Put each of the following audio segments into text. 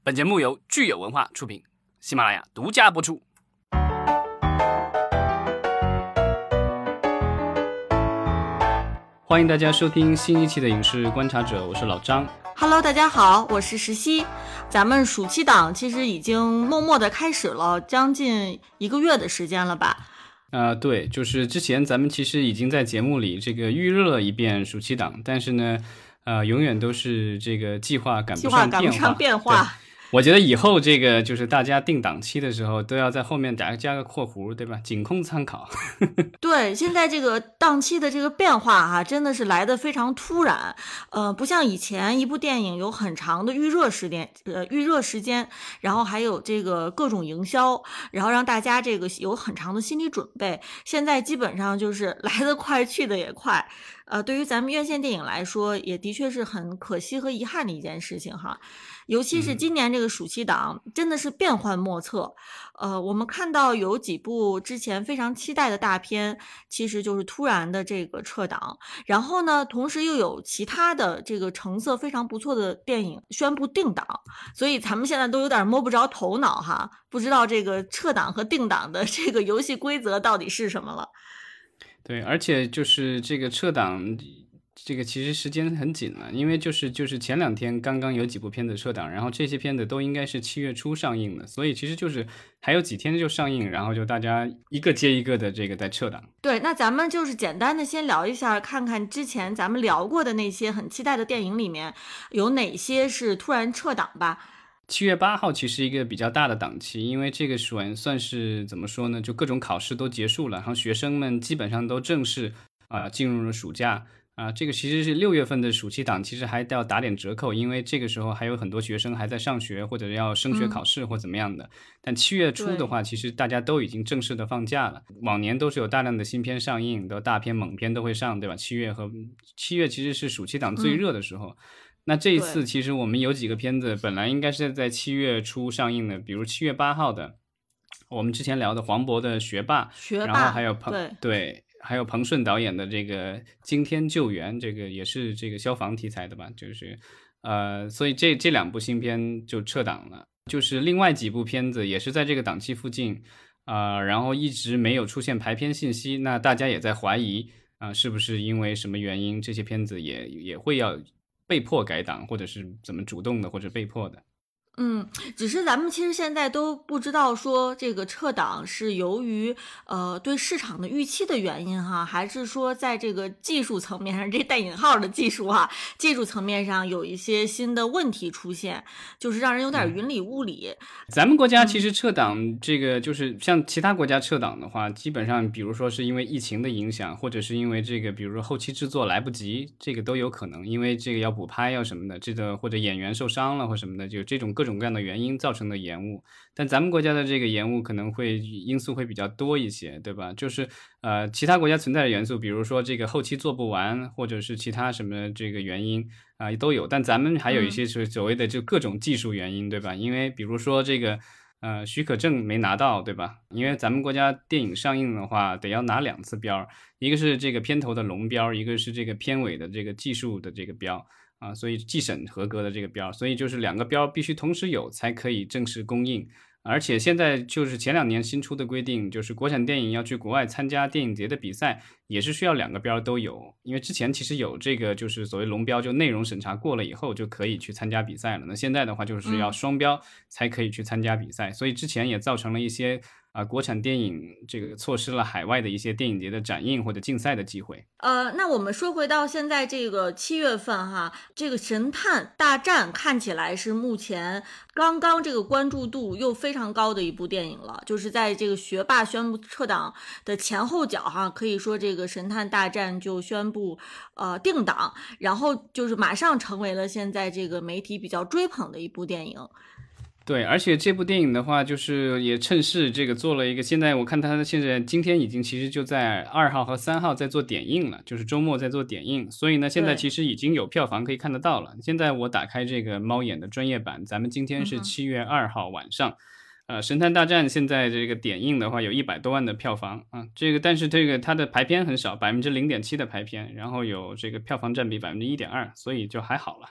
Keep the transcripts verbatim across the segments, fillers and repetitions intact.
本节目由聚友文化出品，喜马拉雅独家播出。欢迎大家收听新一期的影视观察者，我是老张。 Hello， 大家好，我是石溪。咱们暑期档其实已经默默的开始了，将近一个月的时间了吧？ 呃，对，就是之前咱们其实已经在节目里这个预热了一遍暑期档，但是呢，呃，永远都是这个计划赶不上变化。 计划赶不上变化。 我觉得以后这个就是大家定档期的时候都要在后面加加个括弧，对吧？仅供参考。 对，现在这个档期的这个变化哈、啊，真的是来得非常突然。呃，不像以前一部电影有很长的预热时间，呃，预热时间，然后还有这个各种营销，然后让大家这个有很长的心理准备。现在基本上就是来得快，去得也快。呃，对于咱们院线电影来说，也的确是很可惜和遗憾的一件事情哈。尤其是今年这个暑期档，真的是变幻莫测。呃，我们看到有几部之前非常期待的大片，其实就是突然的这个撤档。然后呢，同时又有其他的这个成色非常不错的电影宣布定档，所以咱们现在都有点摸不着头脑哈，不知道这个撤档和定档的这个游戏规则到底是什么了。 对，而且就是这个撤档。这个其实时间很紧了，因为就是就是前两天刚刚有几部片子撤档，然后这些片子都应该是七月初上映的，所以其实就是还有几天就上映，然后就大家一个接一个的这个在撤档。 对，那咱们就是简单的先聊一下，看看之前咱们聊过的那些很期待的电影里面有哪些是突然撤档吧。 七月八号其实一个比较大的档期，因为这个算算是怎么说呢，就各种考试都结束了，然后学生们基本上都正式啊、呃、进入了暑假。啊，这个其实是六月份的暑期档，其实还要打点折扣，因为这个时候还有很多学生还在上学或者要升学考试或怎么样的。嗯、但七月初的话，其实大家都已经正式的放假了。往年都是有大量的新片上映，都大片猛片都会上，对吧？七月和七月其实是暑期档最热的时候。嗯、那这一次其实我们有几个片子本来应该是在七月初上映的，比如七月八号的，我们之前聊的黄渤的学霸， 学霸， 然后还有彭对。 对还有彭顺导演的这个《惊天救援》，这个也是这个消防题材的吧，就是呃，所以这这两部新片就撤档了。就是另外几部片子也是在这个档期附近啊、呃，然后一直没有出现排片信息，那大家也在怀疑啊、呃，是不是因为什么原因，这些片子也也会要被迫改档，或者是怎么主动的或者被迫的。 嗯，只是咱们其实现在都不知道说这个撤档是由于呃对市场的预期的原因哈，还是说在这个技术层面上，这带引号的技术哈，技术层面上有一些新的问题出现，就是让人有点云里雾里。 嗯、咱们国家其实撤档这个就是像其他国家撤档的话，基本上比如说是因为疫情的影响，或者是因为这个比如说后期制作来不及，这个都有可能，因为这个要补拍要什么的，这个或者演员受伤了或什么的，就这种各种各样的原因造成的延误。但咱们国家的这个延误可能会因素会比较多一些，对吧？就是呃其他国家存在的元素，比如说这个后期做不完，或者是其他什么这个原因啊、呃、都有，但咱们还有一些是所谓的就各种技术原因，对吧？因为比如说这个呃许可证没拿到，对吧？因为咱们国家电影上映的话得要拿两次标，一个是这个片头的龙标，一个是这个片尾的这个技术的这个标啊，所以技审合格的这个标，所以就是两个标必须同时有才可以正式供应。而且现在就是前两年新出的规定，就是国产电影要去国外参加电影节的比赛，也是需要两个标都有。因为之前其实有这个就是所谓龙标，就内容审查过了以后就可以去参加比赛了。那现在的话就是要双标才可以去参加比赛，嗯、所以之前也造成了一些啊、呃，国产电影这个错失了海外的一些电影节的展映或者竞赛的机会。 呃，那我们说回到现在这个七月份哈，这个神探大战看起来是目前刚刚这个关注度又非常高的一部电影了，就是在这个学霸宣布撤档的前后脚哈，可以说这个神探大战就宣布呃定档，然后就是马上成为了现在这个媒体比较追捧的一部电影。 对，而且这部电影的话，就是也趁势这个做了一个，现在我看他现在今天已经其实就在二号和三号在做点映了，就是周末在做点映，所以呢，现在其实已经有票房可以看得到了。现在我打开这个猫眼的专业版，咱们今天是七月二号晚上，嗯、呃，神探大战现在这个点映的话有一百多万的票房啊，这个但是这个它的排片很少，百分之零点七的排片，然后有这个票房占比百分之一点二，所以就还好了。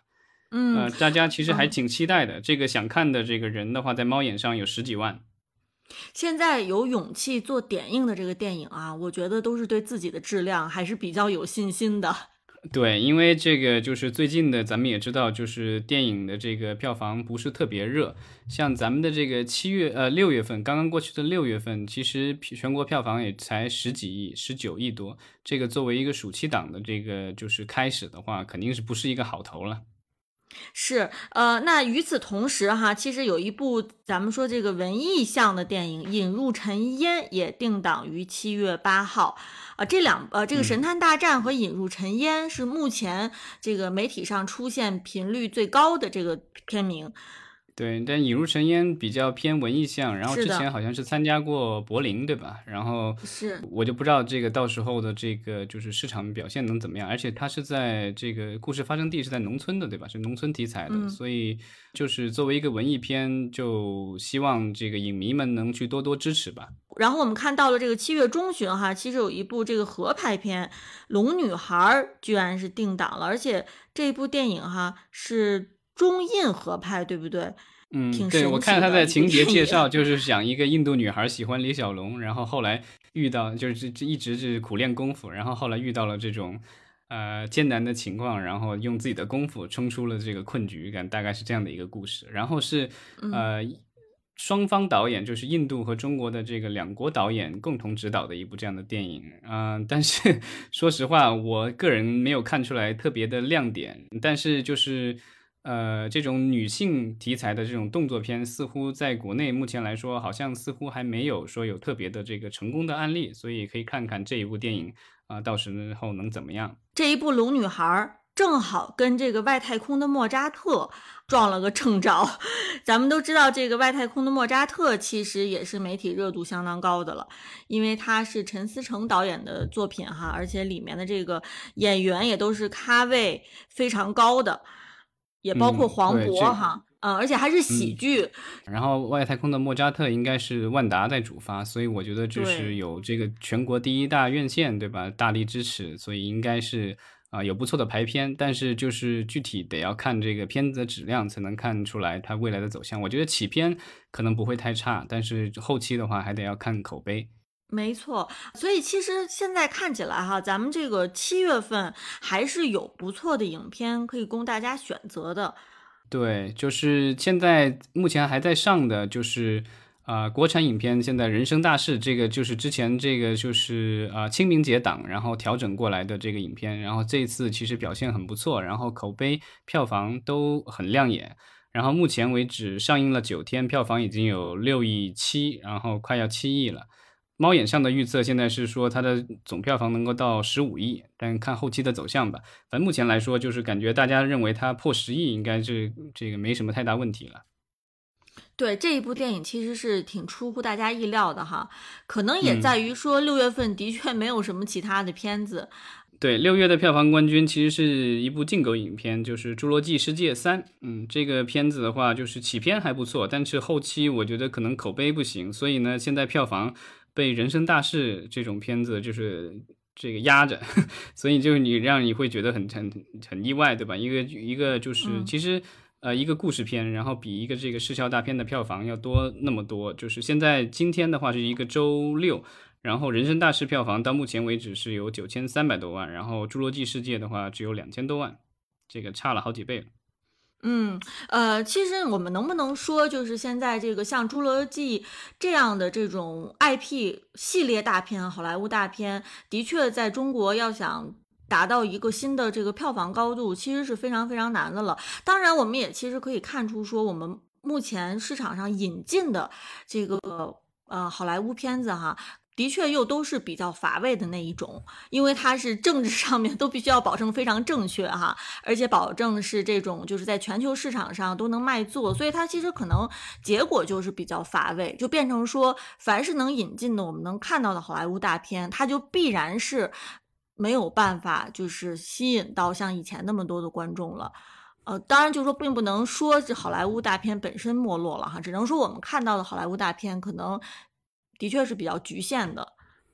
嗯， 呃，大家其实还嗯。 挺期待的。这个想看的这个人的话，在猫眼上有十几万。 现在有勇气做点映的这个电影啊，我觉得都是对自己的质量还是比较有信心的。 对，因为这个就是最近的，咱们也知道，就是电影的这个票房不是特别热。像咱们的这个七月呃六月份刚刚过去的六月份，其实全国票房也才十几亿，十九亿多。这个作为一个暑期档的这个就是开始的话，肯定是不是一个好头了。 是，呃，那与此同时哈，其实有一部咱们说这个文艺向的电影《引入尘烟》也定档于七月八号，啊、这两呃这个《神嗯。 探大战》和《引入尘烟》是目前这个媒体上出现频率最高的这个片名。 对，但引入尘烟比较偏文艺向，然后之前是的， 好像是参加过柏林，对吧？然后是。 我就不知道这个到时候的这个就是市场表现能怎么样，而且它是在这个故事发生地是在农村的，对吧？是农村题材的， 嗯。 所以就是作为一个文艺片，就希望这个影迷们能去多多支持吧。 然后我们看到了这个七月中旬哈，其实有一部这个合拍片《龙女孩》居然是定档了，而且这部电影哈是中印合拍，对不对？ 嗯， 挺对，我神奇看他在的一部情节电影。 介绍，就是讲一个印度女孩喜欢李小龙，然后后来遇到就是这一直是苦练功夫，然后后来遇到了这种呃艰难的情况，然后用自己的功夫冲出了这个困局，感大概是这样的一个故事。然后是嗯。 呃双方导演，就是印度和中国的这个两国导演共同执导的一部这样的电影。嗯、但是说实话，我个人没有看出来特别的亮点，但是就是呃，这种女性题材的这种动作片，似乎在国内目前来说，好像似乎还没有说有特别的这个成功的案例，所以可以看看这一部电影啊、到时候能怎么样。 这一部《龙女孩》正好跟这个外太空的莫扎特撞了个正着。咱们都知道，这个外太空的莫扎特其实也是媒体热度相当高的了，因为他是陈思诚导演的作品哈，而且里面的这个演员也都是咖位非常高的，也包括嗯， 黄对，这渤哈，嗯，而且还是喜嗯， 剧。 然后外太空的莫扎特应该是万达在主发，所以我觉得就是对， 有这个全国第一大院线，对吧？大力支持，所以应该是啊、有不错的排片，但是就是具体得要看这个片子的质量才能看出来它未来的走向。我觉得起片可能不会太差，但是后期的话还得要看口碑。 没错，所以其实现在看起来哈，咱们这个七月份还是有不错的影片可以供大家选择的。 对，就是现在目前还在上的就是啊、国产影片现在《人生大事》这个就是之前这个就是啊、清明节档，然后调整过来的这个影片，然后这一次其实表现很不错，然后口碑、票房都很亮眼，然后目前为止上映了九天，票房已经有六亿七，然后快要七亿了。猫眼上的预测现在是说它的总票房能够到十五亿，但看后期的走向吧。反正目前来说，就是感觉大家认为它破十亿应该是这个没什么太大问题了。 对，这一部电影其实是挺出乎大家意料的哈，可能也嗯， 在于说六月份的确没有什么其他的片子。 对，六月的票房冠军其实是一部进口影片，就是《侏罗纪世界三》。嗯，这个片子的话，就是起片还不错，但是后期我觉得可能口碑不行，所以呢，现在票房被《人生大事》这种片子就是这个压着，所以就是你让你会觉得很很很意外，对吧？一个一个就是嗯。 其实呃一个故事片，然后比一个这个视效大片的票房要多那么多。就是现在今天的话是一个周六，然后《人生大事》票房到目前为止是有九千三百多万，然后《侏罗纪世界》的话只有两千多万，这个差了好几倍了。 嗯，呃，其实我们能不能说，就是现在这个像《侏罗纪》这样的这种 I P 系列大片、好莱坞大片，的确在中国要想达到一个新的这个票房高度，其实是非常非常难的了。当然，我们也其实可以看出，说我们目前市场上引进的这个呃好莱坞片子哈。的确，又都是比较乏味的那一种，因为它是政治上面都必须要保证非常正确哈，而且保证是这种就是在全球市场上都能卖座，所以它其实可能结果就是比较乏味，就变成说凡是能引进的我们能看到的好莱坞大片，它就必然是没有办法就是吸引到像以前那么多的观众了。呃，当然就是说并不能说这好莱坞大片本身没落了哈，只能说我们看到的好莱坞大片可能的确是比较局限的。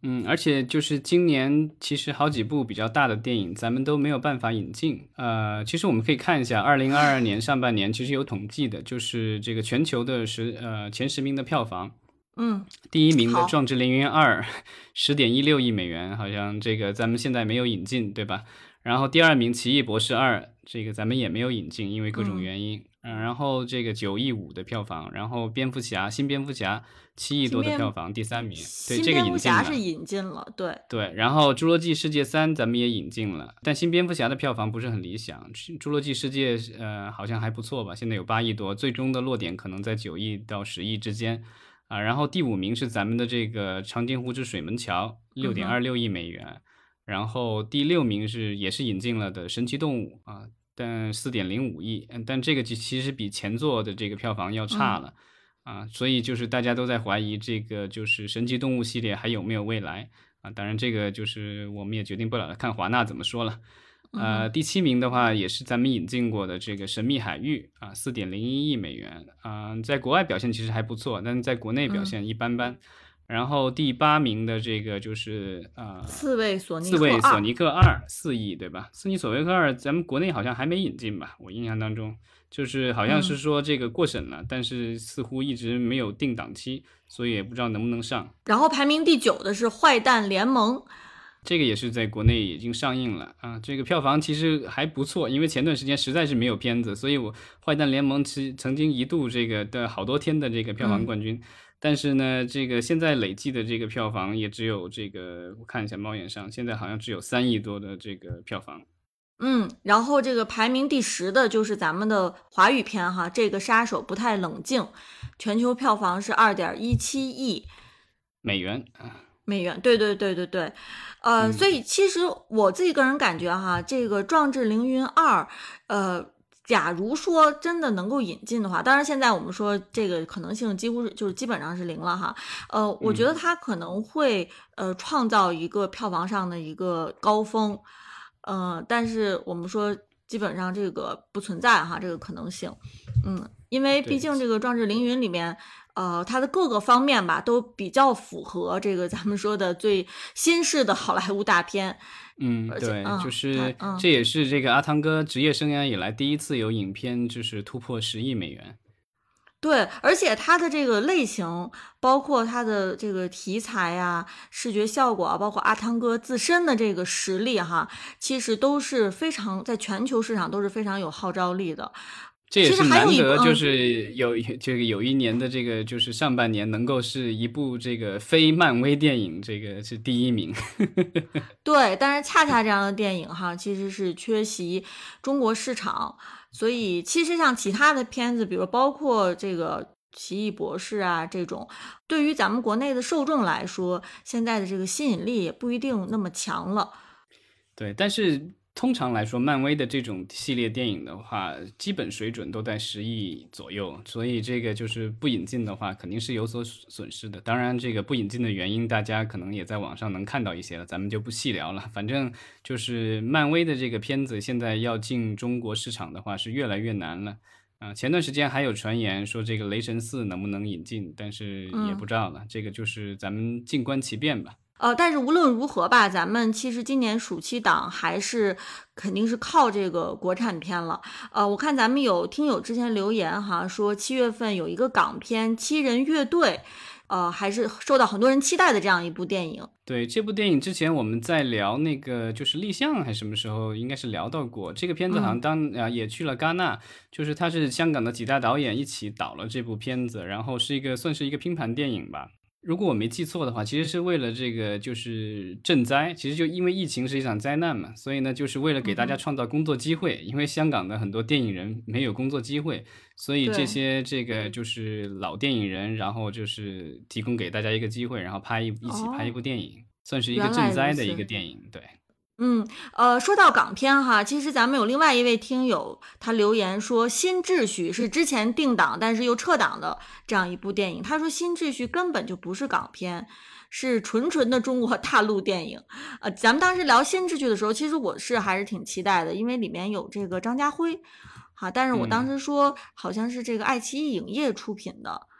嗯，而且就是今年其实好几部比较大的电影，咱们都没有办法引进。呃，其实我们可以看一下，二零二二年上半年其实有统计的，就是这个全球的十呃前十名的票房。 嗯， 第一名的《 好， 壮志凌云二》十点一六亿美元，好像这个咱们现在没有引进，对吧？然后第二名《奇异博士二》，这个咱们也没有引进，因为各种嗯， 原因。嗯，然后这个九亿五的票房，然后蝙蝠侠新蝙蝠侠七亿新蝙多的票房，第三名，对， 新这个蝙蝠侠是引进了。 引进了，对， 对，然后《侏罗纪世界三》咱们也引进了，但新蝙蝠侠的票房不是很理想，《侏罗纪世界》呃好像还不错吧，现在有八亿多，最终的落点可能在九亿到十亿之间啊。然后第五名是咱们的这个长津湖之水门桥，六嗯哼， 点二六亿美元，然后第六名是也是引进了的神奇动物啊，但四点零五亿，嗯，但这个其其实比前作的这个票房要差嗯了。啊，所以就是大家都在怀疑这个就是神奇动物系列还有没有未来啊？当然这个就是我们也决定不了了，看华纳怎么说了。呃， 嗯哼， 第七名的话也是咱们引进过的这个神秘海域啊，四点零一亿美元啊，在国外表现其实还不错，但是在国内表嗯， 现一般般。然后第八名的这个就是呃， 刺猬索尼刺克二， 猬索尼克二四亿对吧？刺猬索尼克二咱们国内好像还没引进吧？我印象当中就是好像是嗯， 说这个过审了，但是似乎一直没有定档期，所以也不知道能不能上。 然后排名第九的是坏蛋联盟， 这个也是在国内已经上映了啊，这个票房其实还不错，因为前段时间实在是没有片子，所以我《坏蛋联盟》其曾经一度这个的好多天的这个票房嗯冠军，但是呢，这个现在累计的这个票房也只有这个，我看一下猫眼上，现在好像只有三亿多的这个票房。 嗯，然后这个排名第十的就是咱们的华语片哈，这个杀手不太冷静，全球票房是二点一七亿美元啊。 美元，对对对对对，呃，所嗯以其实我自己个人感觉哈，这个《壮志凌云二》，呃，假如说真的能够引进的话，当然现在我们说这个可能性几乎是就是基本上是零了哈，呃，我觉得嗯， 它可能会呃创造一个票房上的一个高峰，呃，但是我们说基本上这个不存在哈这个可能性，嗯，因为毕对， 竟这个《壮志凌云》里面。呃，它的各个方面吧，都比较符合这个咱们说的最新式的好莱坞大片， 嗯， 而且， 对，就嗯，它， 是嗯， 这也是这个阿汤哥职业生涯以来第一次有影片就是突破十亿美元。 对，而且它的这个类型，包括它的这个题材啊、视觉效果啊，包括阿汤哥自身的这个实力哈，其实都是非常在全球市场都是非常有号召力的。其实这也是还有一部， 难得，就嗯， 是有这个有一年的这个就是上半年能够是一部这个非漫威电影，这个是第一名。 对，但是恰恰这样的电影哈，其实是缺席中国市场，所以其实像其他的片子，比如包括这个《奇异博士》啊这种，对于咱们国内的受众来说，现在的这个吸引力也不一定那么强了。 对，但是通常来说，漫威的这种系列电影的话，基本水准都在十亿左右，所以这个就是不引进的话，肯定是有所损失的。当然，这个不引进的原因，大家可能也在网上能看到一些了，咱们就不细聊了。反正就是漫威的这个片子，现在要进中国市场的话，是越来越难了。啊，前段时间还有传言说这个《雷神四》能不能引进，但是也嗯。 不知道了，这个就是咱们静观其变吧。 呃，但是无论如何吧，咱们其实今年暑期档还是肯定是靠这个国产片了。呃，我看咱们有听友之前留言哈，说七月份有一个港片《七人乐队》，呃，还是受到很多人期待的这样一部电影。 对，这部电影之前我们在聊那个就是立项还是什么时候，应该是聊到过这个片子，好像嗯当啊、也去了戛纳，就是他是香港的几大导演一起导了这部片子，然后是一个算是一个拼盘电影吧。如果我没记错的话，其实是为了这个就是赈灾，其实就因为疫情是一场灾难嘛，所以呢就是为了给大家嗯哼， 创造工作机会，因为香港的很多电影人没有工作机会，所以这对， 些这个就是老电影人，然后就是提供给大家一个机会，然后拍一一起拍一部哦， 电影，算是一个原来如赈灾的一个此。 电影，对。 嗯，呃，说到港片哈，其实咱们有另外一位听友，他留言说，《新秩序》是之前定档但是又撤档的这样一部电影。他说，《新秩序》根本就不是港片，是纯纯的中国大陆电影。呃，咱们当时聊《新秩序》的时候，其实我是还是挺期待的，因为里面有这个张家辉，哈，但是我当嗯， 时说好像是这个爱奇艺影业出品的，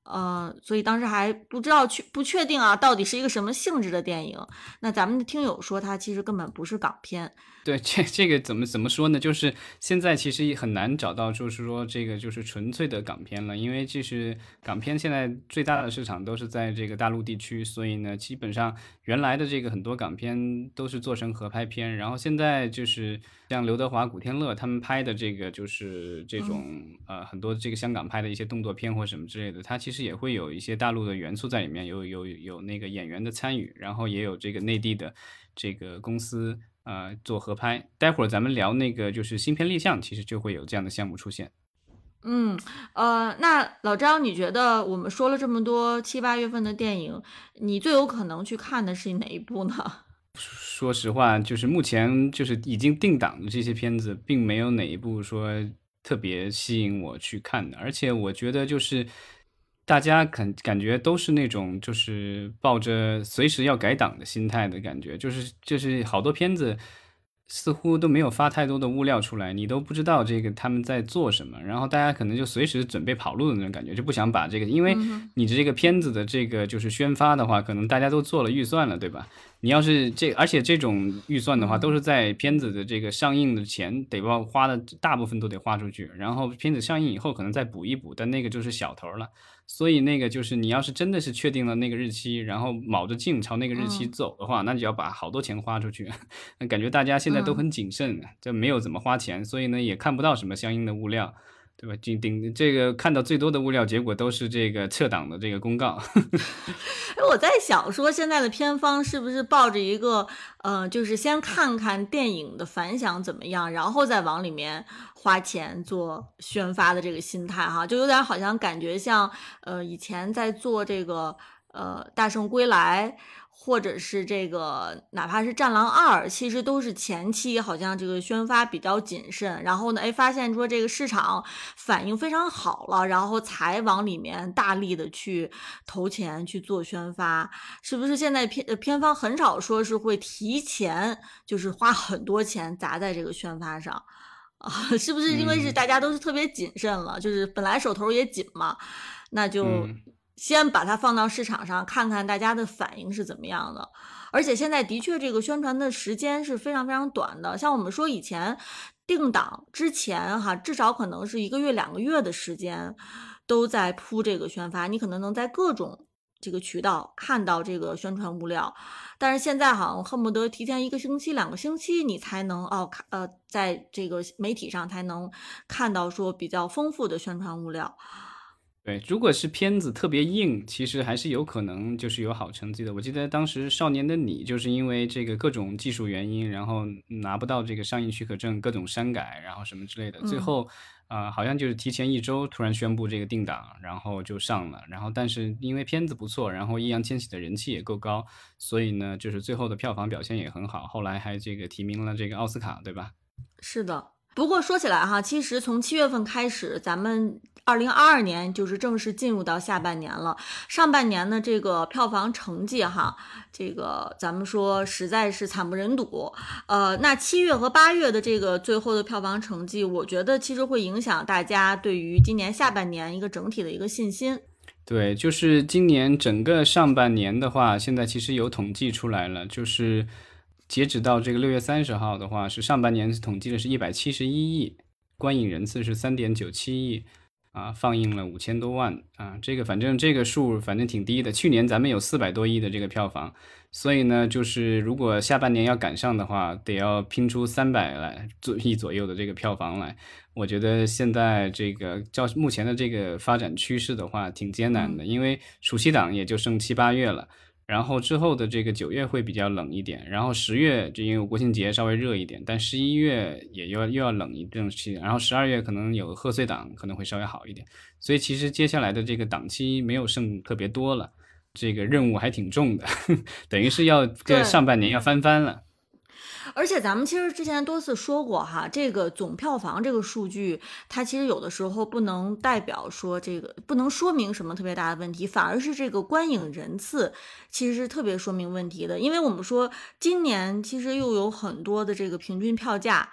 呃，所以当时还不知道去不确定啊，到底是一个什么性质的电影。那咱们的听友说，它其实根本不是港片。 对，这这个怎么怎么说呢？就是现在其实也很难找到，就是说这个就是纯粹的港片了，因为就是港片现在最大的市场都是在这个大陆地区，所以呢，基本上原来的这个很多港片都是做成合拍片，然后现在就是像刘德华、古天乐他们拍的这个就是这种、 嗯、 呃很多这个香港拍的一些动作片或什么之类的，它其实也会有一些大陆的元素在里面，有有有那个演员的参与，然后也有这个内地的这个公司。呃，做合拍，待会儿咱们聊那个就是新片立项，其实就会有这样的项目出现。 嗯，呃，那老张，你觉得我们说了这么多七八月份的电影，你最有可能去看的是哪一部呢？ 说实话，就是目前就是已经定档的这些片子，并没有哪一部说特别吸引我去看的，而且我觉得就是大家感感觉都是那种就是抱着随时要改档的心态的感觉，就是就是好多片子似乎都没有发太多的物料出来，你都不知道这个他们在做什么，然后大家可能就随时准备跑路的那种感觉，就不想把这个，因为你这个片子的这个就是宣发的话，可能大家都做了预算了，对吧？你要是这，而且这种预算的话，都是在片子的这个上映的前得要花的大部分都得花出去，然后片子上映以后可能再补一补，但那个就是小头了。所以那个就是你要是真的是确定了那个日期，然后卯着劲朝那个日期走的话，那就要把好多钱花出去。感觉大家现在都很谨慎，就没有怎么花钱，所以呢也看不到什么相应的物料。对吧？顶顶这个看到最多的物料，结果都是这个撤档的这个公告。 哎，我在想说，现在的片方是不是抱着一个，呃，就是先看看电影的反响怎么样，然后再往里面花钱做宣发的这个心态哈，就有点好像感觉像，呃，以前在做这个，呃，《大圣归来》。或者是这个，哪怕是《战狼二》，其实都是前期好像这个宣发比较谨慎，然后呢，哎，发现说这个市场反应非常好了，然后才往里面大力的去投钱去做宣发，是不是？现在片片方很少说是会提前就是花很多钱砸在这个宣发上啊？是不是因为是大家都是特别谨慎了，就是本来手头也紧嘛，那就。 嗯先把它放到市场上，看看大家的反应是怎么样的。而且现在的确，这个宣传的时间是非常非常短的。像我们说以前定档之前，哈，至少可能是一个月、两个月的时间，都在铺这个宣发。你可能能在各种这个渠道看到这个宣传物料，但是现在好像恨不得提前一个星期、两个星期，你才能哦，呃，在这个媒体上才能看到说比较丰富的宣传物料。 对，如果是片子特别硬，其实还是有可能就是有好成绩的。我记得当时《少年的你》就是因为这个各种技术原因，然后拿不到这个上映许可证，各种删改，然后什么之类的，最后呃好像就是提前一周突然宣布这个定档，然后就上了。然后但是因为片子不错，然后易烊千玺的人气也够高，所以呢就是最后的票房表现也很好，后来还这个提名了这个奥斯卡，对吧？ 是的。不过说起来哈，其实从七月份开始，咱们二零二二年就是正式进入到下半年了。上半年的这个票房成绩哈，这个咱们说实在是惨不忍睹。呃，那七月和八月的这个最后的票房成绩，我觉得其实会影响大家对于今年下半年一个整体的一个信心。 对，就是今年整个上半年的话，现在其实有统计出来了，就是截止到这个六月三十号的话，是上半年统计的是一百七十一亿，观影人次是三点九七亿，啊，放映了五千多万啊，这个反正这个数反正挺低的。去年咱们有四百多亿的这个票房，所以呢，就是如果下半年要赶上的话，得要拼出三百来亿左右的这个票房来。我觉得现在这个照目前的这个发展趋势的话，挺艰难的，因为暑期档也就剩七八月了。然后之后的这个九月会比较冷一点，然后十月就因为国庆节稍微热一点，但十一月也又又要冷一阵期，然后十二月可能有贺岁档可能会稍微好一点，所以其实接下来的这个档期没有剩特别多了，这个任务还挺重的，等于是要在上半年要翻番了。 而且咱们其实之前多次说过哈，这个总票房这个数据，它其实有的时候不能代表说这个不能说明什么特别大的问题，反而是这个观影人次其实是特别说明问题的。因为我们说今年其实又有很多的这个平均票价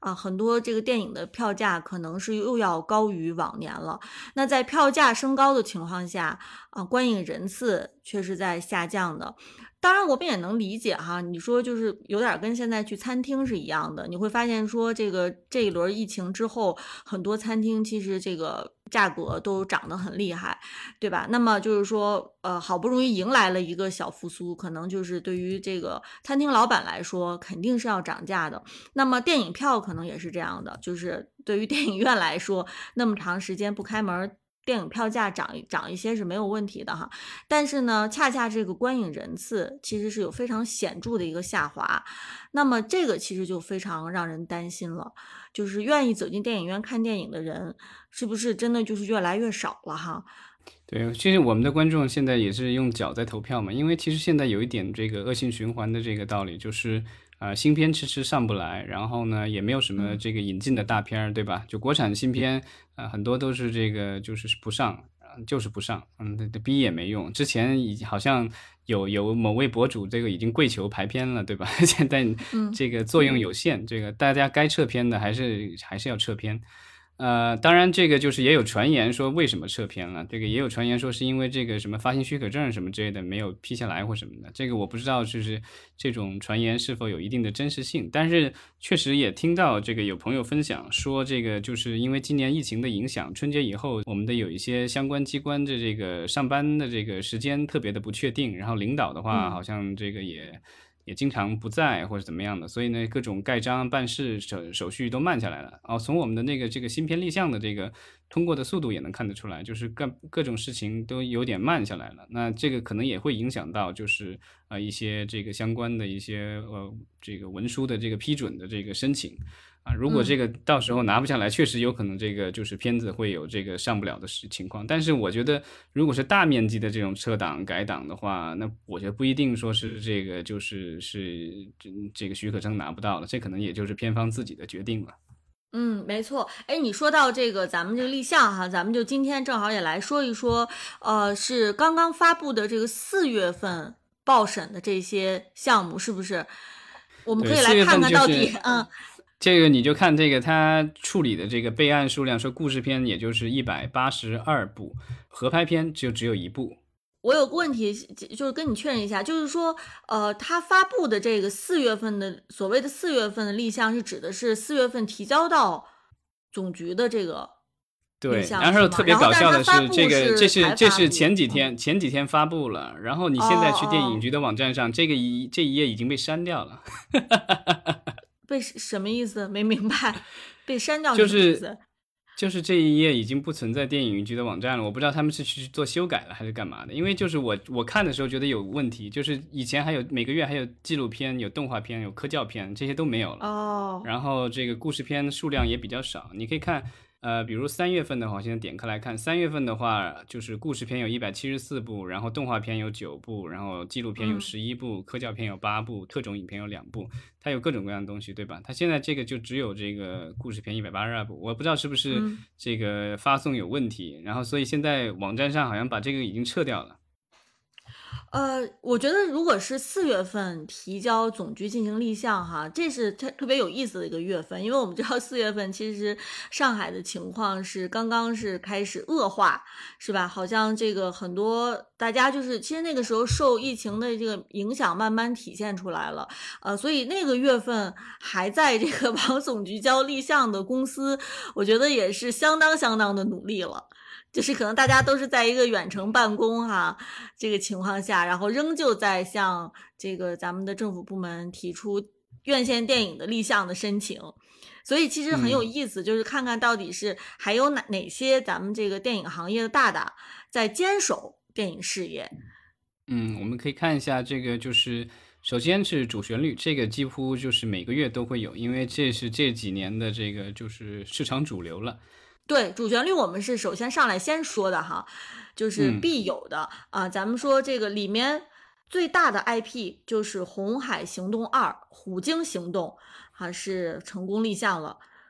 啊，很多这个电影的票价可能是又要高于往年了。那在票价升高的情况下，啊，观影人次却是在下降的。当然，我们也能理解哈，你说就是有点跟现在去餐厅是一样的，你会发现说这个这一轮疫情之后，很多餐厅其实这个价格都涨得很厉害，对吧？那么就是说，呃，好不容易迎来了一个小复苏，可能就是对于这个餐厅老板来说，肯定是要涨价的。那么电影票可能也是这样的，就是对于电影院来说，那么长时间不开门，电影票价涨涨一些是没有问题的哈。但是呢，恰恰这个观影人次其实是有非常显著的一个下滑，那么这个其实就非常让人担心了，就是愿意走进电影院看电影的人，是不是真的就是越来越少了哈？ 对，其实我们的观众现在也是用脚在投票嘛，因为其实现在有一点这个恶性循环的这个道理，就是呃新片迟迟上不来，然后呢也没有什么这个引进的大片儿，对吧？就国产新片呃很多都是这个就是不上，就是不上，嗯，逼也没用。之前已好像有有某位博主这个已经跪求排片了，对吧？现在这个作用有限，这个大家该撤片的还是还是要撤片。呃，当然这个就是也有传言说为什么撤片了，这个也有传言说是因为这个什么发行许可证什么之类的没有批下来或什么的，这个我不知道就是这种传言是否有一定的真实性，但是确实也听到这个有朋友分享说这个就是因为今年疫情的影响，春节以后我们的有一些相关机关的这个上班的这个时间特别的不确定，然后领导的话好像这个也也经常不在或者怎么样的，所以呢，各种盖章办事手手续都慢下来了。哦，从我们的那个这个新片立项的这个通过的速度也能看得出来，就是各各种事情都有点慢下来了。那这个可能也会影响到，就是呃一些这个相关的一些呃这个文书的这个批准的这个申请。啊，如果这个到时候拿不下来，确实有可能这个就是片子会有这个上不了的情况。但是我觉得，如果是大面积的这种撤档改档的话，那我觉得不一定说是这个就是是这个许可证拿不到了，这可能也就是片方自己的决定了。 嗯，没错。哎，你说到这个咱们这个立项哈，咱们就今天正好也来说一说，呃，是刚刚发布的这个四月份报审的这些项目，是不是？我们可以来看看到底，就是、嗯。 这个你就看这个他处理的这个备案数量，说故事片也就是一百八十二部，合拍片就只有一部。 我有个问题，就是跟你确认一下，就是说，呃，他发布的这个四月份的所谓的四月份的立项，是指的是四月份提交到总局的这个立项， 对。然后特别搞笑的是， 这个这是这是前几天、嗯、前几天发布了，然后你现在去电影局的网站上，哦、这个一这一页已经被删掉了。 被什么意思？没明白。被删掉就是就是这一页已经不存在电影局的网站了，我不知道他们是去做修改了还是干嘛的。因为就是我我看的时候觉得有问题，就是以前还有每个月还有纪录片、有动画片、有科教片，这些都没有了。 哦。 然后这个故事片数量也比较少，你可以看。呃，比如三月份的话，我现在点开来看，三月份的话，就是故事片有一百七十四部，然后动画片有九部，然后纪录片有十一部，嗯、科教片有八部，特种影片有两部，它有各种各样的东西，对吧？它现在这个就只有这个故事片一百八十二部，我不知道是不是这个发送有问题，嗯、然后所以现在网站上好像把这个已经撤掉了。 呃，我觉得如果是四月份提交总局进行立项哈，这是特特别有意思的一个月份，因为我们知道四月份其实上海的情况是刚刚是开始恶化，是吧？好像这个很多大家就是其实那个时候受疫情的这个影响慢慢体现出来了，呃，所以那个月份还在这个往总局交立项的公司，我觉得也是相当相当的努力了。就是可能大家都是在一个远程办公哈这个情况下，然后仍旧在向这个咱们的政府部门提出院线电影的立项的申请，所以其实很有意思，嗯、就是看看到底是还有哪哪些咱们这个电影行业的大大在坚守电影事业。 嗯，我们可以看一下这个，就是首先是主旋律，这个几乎就是每个月都会有，因为这是这几年的这个就是市场主流了。 对，主旋律我们是首先上来先说的哈，就是必有的、嗯、啊。咱们说这个里面最大的 I P 就是《红海行动二》，虎鲸行动还是成功立项了。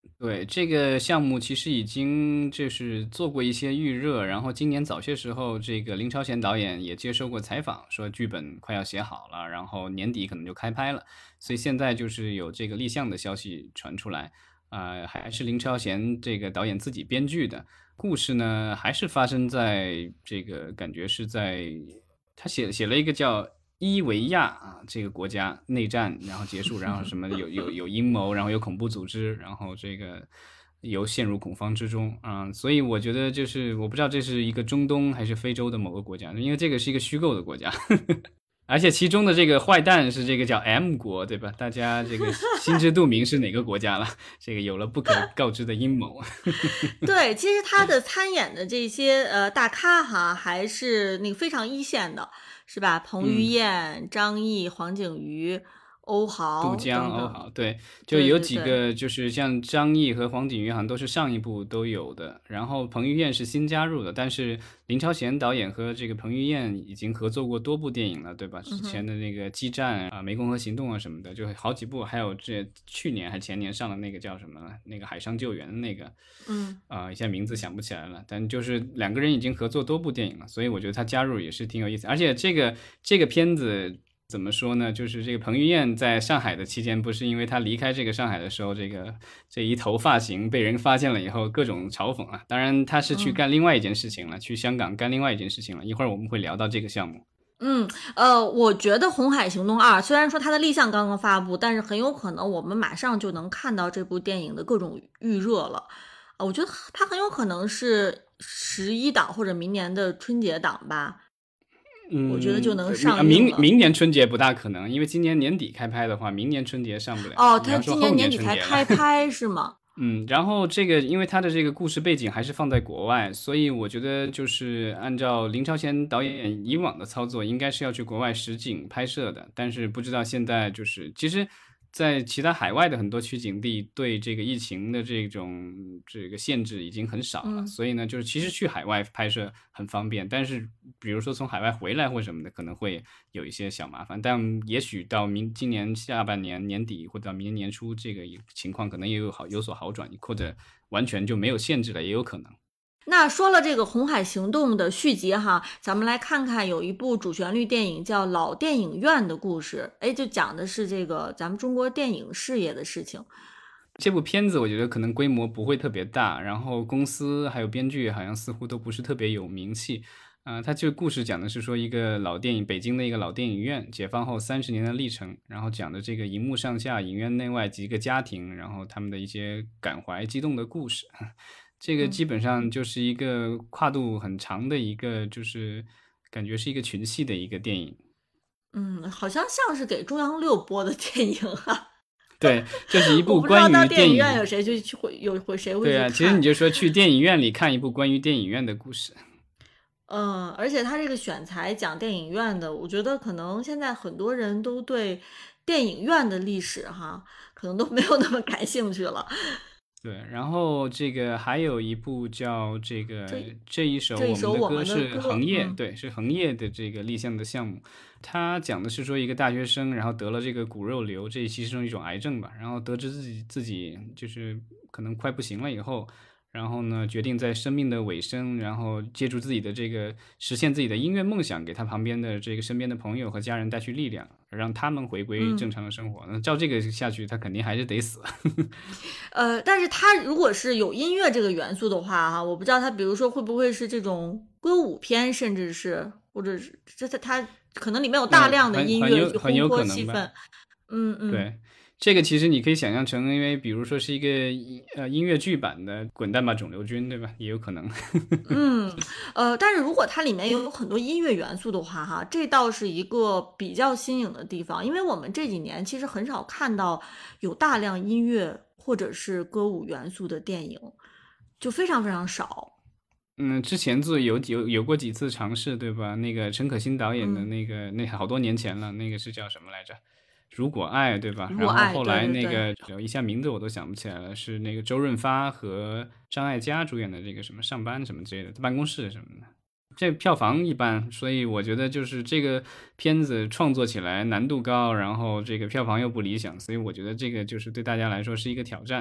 对，这个项目其实已经就是做过一些预热，然后今年早些时候，这个林超贤导演也接受过采访，说剧本快要写好了，然后年底可能就开拍了，所以现在就是有这个立项的消息传出来，啊、还是林超贤这个导演自己编剧的。故事呢，还是发生在这个感觉是在他写写了一个叫伊维亚啊这个国家内战，然后结束，然后什么有有有阴谋，然后有恐怖组织，然后这个又陷入恐慌之中啊、所以我觉得就是我不知道这是一个中东还是非洲的某个国家，因为这个是一个虚构的国家。而且其中的这个坏蛋是这个叫 M 国，对吧？大家这个心知肚明是哪个国家了。这个有了不可告知的阴谋。 对，其实他的参演的这些呃大咖哈，还是那个非常一线的，是吧？彭于嗯， 晏、张译、黄景瑜、欧豪杜江、 等等。 欧豪，对，就对有对对， 几个就是像张译和黄景瑜好像都是上一部都有的，然后彭于晏是新加入的，但是林超贤导演和这个彭于晏已经合作过多部电影了，对吧？之前的那个激战啊、湄公河行动啊什么的，就好几部，还有这去年还前年上的那个叫什么那个海上救援的那个， 嗯。 啊、一下名字想不起来了，但就是两个人已经合作多部电影了，所以我觉得他加入也是挺有意思，而且这个这个片子。怎么说呢？就是这个彭于晏在上海的期间，不是因为他离开这个上海的时候，这个这一头发型被人发现了以后，各种嘲讽啊。当然，他是去嗯干另外一件事情了，去香港干另外一件事情了。一会儿我们会聊到这个项目。 嗯，呃，我觉得《红海行动二》虽然说它的立项刚刚发布，但是很有可能我们马上就能看到这部电影的各种预热了。啊，我觉得它很有可能是十一档或者明年的春节档吧，我觉得就嗯， 能对上映了。 明明年春节不大可能，因为今年年底开拍的话，明年春节上不了。 哦， 你它要说后年今年年底春节了。 才开拍是吗？ 嗯，然后这个因为它的这个故事背景还是放在国外，所以我觉得就是按照林超贤导演以往的操作，应该是要去国外实景拍摄的。但是不知道现在就是其实，在其他海外的很多取景地对这个疫情的这种这个限制已经很少了， 嗯。 所以呢，就是其实去海外拍摄很方便，但是比如说从海外回来或什么的，可能会有一些小麻烦。但也许到明今年下半年年底或者到明年年初，这个情况可能也有好有所好转，或者完全就没有限制了，也有可能。 那说了这个《红海行动》的续集哈，咱们来看看有一部主旋律电影叫《老电影院的故事》，哎，就讲的是这个咱们中国电影事业的事情。 这部片子我觉得可能规模不会特别大，然后公司还有编剧好像似乎都不是特别有名气。啊、它这个故事讲的是说一个老电影，北京的一个老电影院解放后三十年的历程，然后讲的这个荧幕上下、影院内外几个家庭，然后他们的一些感怀激动的故事。这个基嗯本上就是一个跨度很长的一个，就是感觉是一个群戏的一个电影。 嗯，好像像是给中央六播的电影哈。 对，这是一我部不知道到关于电电影院有影。 谁去去会有会谁会对啊，其实去看。 你就说去电影院里看一部关于电影院的故事。 嗯，而且他这个选材讲电影院的，我觉得可能现在很多人都对电影院的历史哈，可能都没有那么感兴趣了。 对，然后这个还有一部叫这个这这一首这一我们的首我们的歌是歌， 恒业， 嗯对，是恒业的这个立项的项目。它讲的是说一个大学生，然后得了这个骨肉瘤，这其中一种癌症吧，然后得知自己自己就是可能快不行了以后，然后呢，决定在生命的尾声，然后借助自己的这个实现自己的音乐梦想，给他旁边的这个身边的朋友和家人带去力量，让他们回归正嗯。 常的生活。那照这个下去，他肯定还是得死。 呃，但是它如果是有音乐这个元素的话，哈，我不知道它，比如说会不会是这种歌舞片，甚至是或者是这它它可能里面有大那量的很很音乐去有很有烘托可能吧。 气氛。嗯嗯。 对，这个其实你可以想象成，因为比如说是一个音呃音乐剧版的《滚蛋吧肿瘤君》，对吧？也有可能。 嗯，呃，但是如果它里面有很多音乐元素的话，哈，这倒是一个比较新颖的地方，因为我们这几年其实很少看到有大量音乐或者是歌舞元素的电影，就非常非常少。 嗯，之前做有有有过几次尝试，对吧？那个陈可辛导演的嗯， 那个，那好多年前了，那个是叫什么来着？如果爱，对吧？然后如果爱， 后来那对对对。 个有一下名字我都想不起来了，是那个周润发和张艾嘉主演的这个什么上班什么之类的，办公室什么的。这票房一般，所以我觉得就是这个片子创作起来难度高，然后这个票房又不理想，所以我觉得这个就是对大家来说是一个挑战。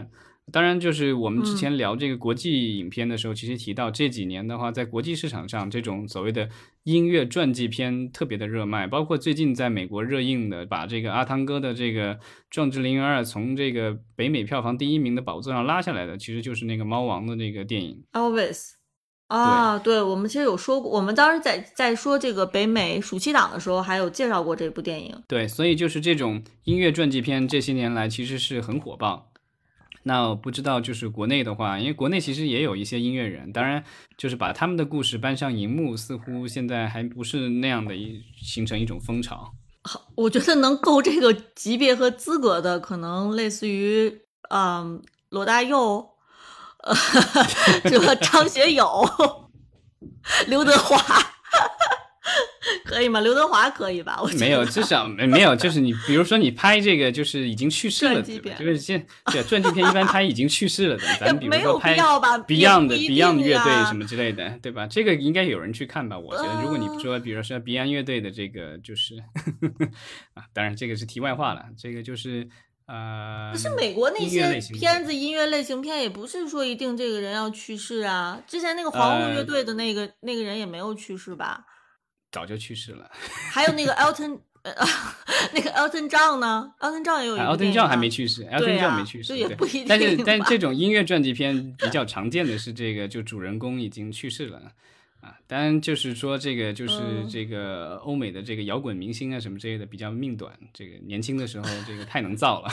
当然，就是我们之嗯， 前聊这个国际影片的时候，其实提到这几年的话，在国际市场上，这种所谓的音乐传记片特别的热卖，包括最近在美国热映的，把这个阿汤哥的这个《壮志凌云二》从这个北美票房第一名的宝座上拉下来的，其实就是那个猫王的那个电影。 Elvis。 对啊，对，我们其实有说过，我们当时在在说这个北美暑期档的时候，还有介绍过这部电影。 对，所以就是这种音乐传记片这些年来其实是很火爆。那我不知道，就是国内的话，因为国内其实也有一些音乐人，当然就是把他们的故事搬上荧幕，似乎现在还不是那样的一形成一种风潮。 我觉得能够这个级别和资格的，可能类似于嗯罗大佑，呃，这个张学友、刘德华，可以吗？刘德华可以吧？我觉得没有，至少没没有，就是你比如说你拍这个就是已经去世了，对吧？ 传记片就是现对传记片一般拍已经去世了的，咱比如没有说拍必要吧？也 Beyond 的不一 Beyond 定乐队呀什么之类的，对吧？这个应该有人去看吧？我觉得，如果你嗯说比如说 Beyond 乐队的这个就是啊，当然这个是题外话了，这个就是呃可是美国那音乐类些型的片子，音乐类型片也不是说一定这个人要去世啊。之前那个黄木乐呃队的那个那个人也没有去世吧？ 早就去世了。 还有那个 Elton，呃，那个 Elton John 呢？Elton John 也有一啊部电 ，Elton John 还影啊。 没去世对 ，Elton John 没啊， 去世， 这也对。 不一定但是，但是吧。 这种音乐传记片比较常见的是这个，就主人公已经去世了啊。当然，就是说这个就是嗯， 这个欧美的这个摇滚明星啊什么之类的比较命短，这个年轻的时候这个太能造了。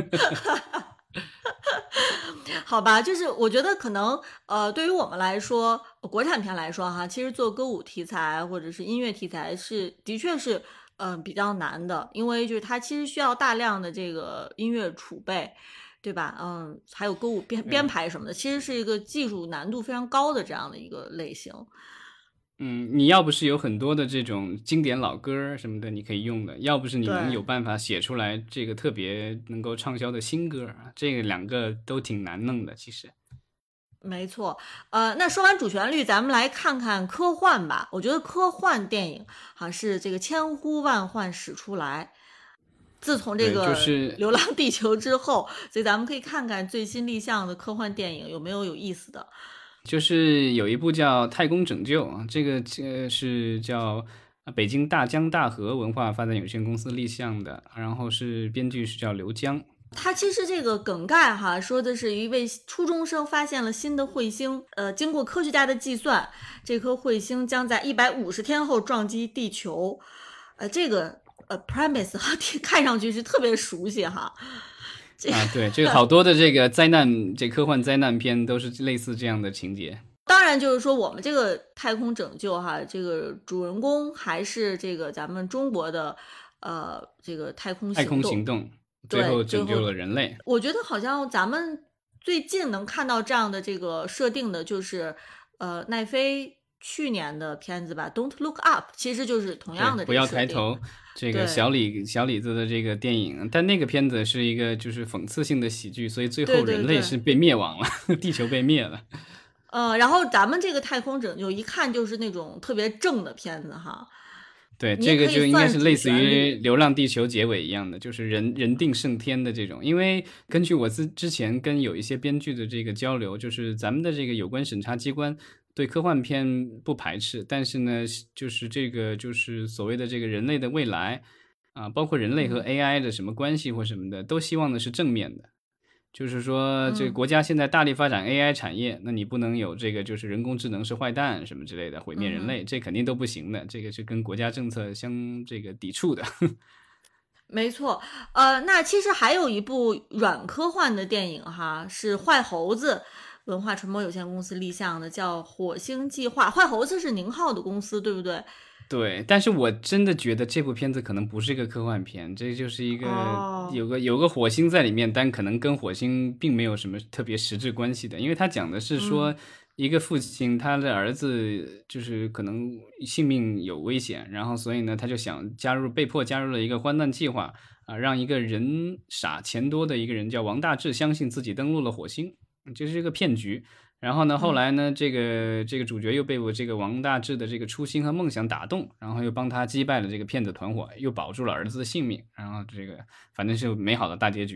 好吧，就是我觉得可能呃，对于我们来说，国产片来说哈，其实做歌舞题材或者是音乐题材是的确是嗯、呃比较难的，因为就是它其实需要大量的这个音乐储备，对吧？嗯，还有歌舞编编对。 排什么的，其实是一个技术难度非常高的这样的一个类型。 嗯，你要不是有很多的这种经典老歌儿什么的，你可以用的；要不是你能对， 有办法写出来这个特别能够畅销的新歌儿啊，这个两个都挺难弄的，其实。 没错。呃，那说完主旋律，咱们来看看科幻吧。我觉得科幻电影哈是这个千呼万唤始出来。自从这对，就个是 《流浪地球》之后，所以咱们可以看看最新立项的科幻电影有没有有意思的。 就是有一部叫《太空拯救》啊，这个这是叫呃北京大江大河文化发展有限公司立项的，然后是编剧是叫刘江。 它其实这个梗概哈，说的是一位初中生发现了新的彗星，呃，经过科学家的计算，这颗彗星将在一百五十天后撞击地球。呃，这个呃 premise 哈，看上去是特别熟悉哈。 啊，对，这个好多的这个灾难，这科幻灾难片都是类似这样的情节。 当然，就是说我们这个太空拯救哈，这个主人公还是这个咱们中国的呃这个太空太空行动。 行动最对， 后最后拯救了人类。 我觉得好像咱们最近能看到这样的这个设定的，就是呃奈飞去年的片子吧，《Don't Look Up》，其实就是同对， 样的不要这个设定。 抬头，这个对小李小李子的这个电影，但那个片子是一个就是讽刺性的喜剧，所以最后对对对， 人类是被灭亡了，地球被灭了。 呃，然后咱们这个太空拯救一看就是那种特别正的片子哈， 对， 你也可以这个就应该算主是类似旋于律。 《流浪地球》结尾一样的，就是人人定胜天的这种。因为根据我之之前跟有一些编剧的这个交流，就是咱们的这个有关审查机关对科幻片不排斥，但是呢，就是这个就是所谓的这个人类的未来啊，包括人类和 A I 的什么关系或什么的，都希望的是正面的。就是说，这个嗯国家现在大力发展 A I 产业，那你不能有这个就是人工智能是坏蛋什么之类的，毁灭人嗯， 类，这肯定都不行的，这个是跟国家政策相这个抵触的。 没错。呃，那其实还有一部软科幻的电影哈，是坏猴子文化传播有限公司立项的，叫《火星计划》。坏猴子是宁浩的公司，对不对？ 对，但是我真的觉得这部片子可能不是一个科幻片，这就是一个哦， 有个有个火星在里面，但可能跟火星并没有什么特别实质关系的，因为他讲的是说嗯一个父亲他的儿子就是可能性命有危险，然后所以呢他就想加入，被迫加入了一个荒诞计划啊，让一个人傻钱多的一个人叫王大治相信自己登陆了火星，这是一个骗局。然后呢，后嗯来呢，这个这个主角又被我这个王大治的这个初心和梦想打动，然后又帮他击败了这个骗子团伙，又保住了儿子的性命，然后这个反正是美好的大结局了。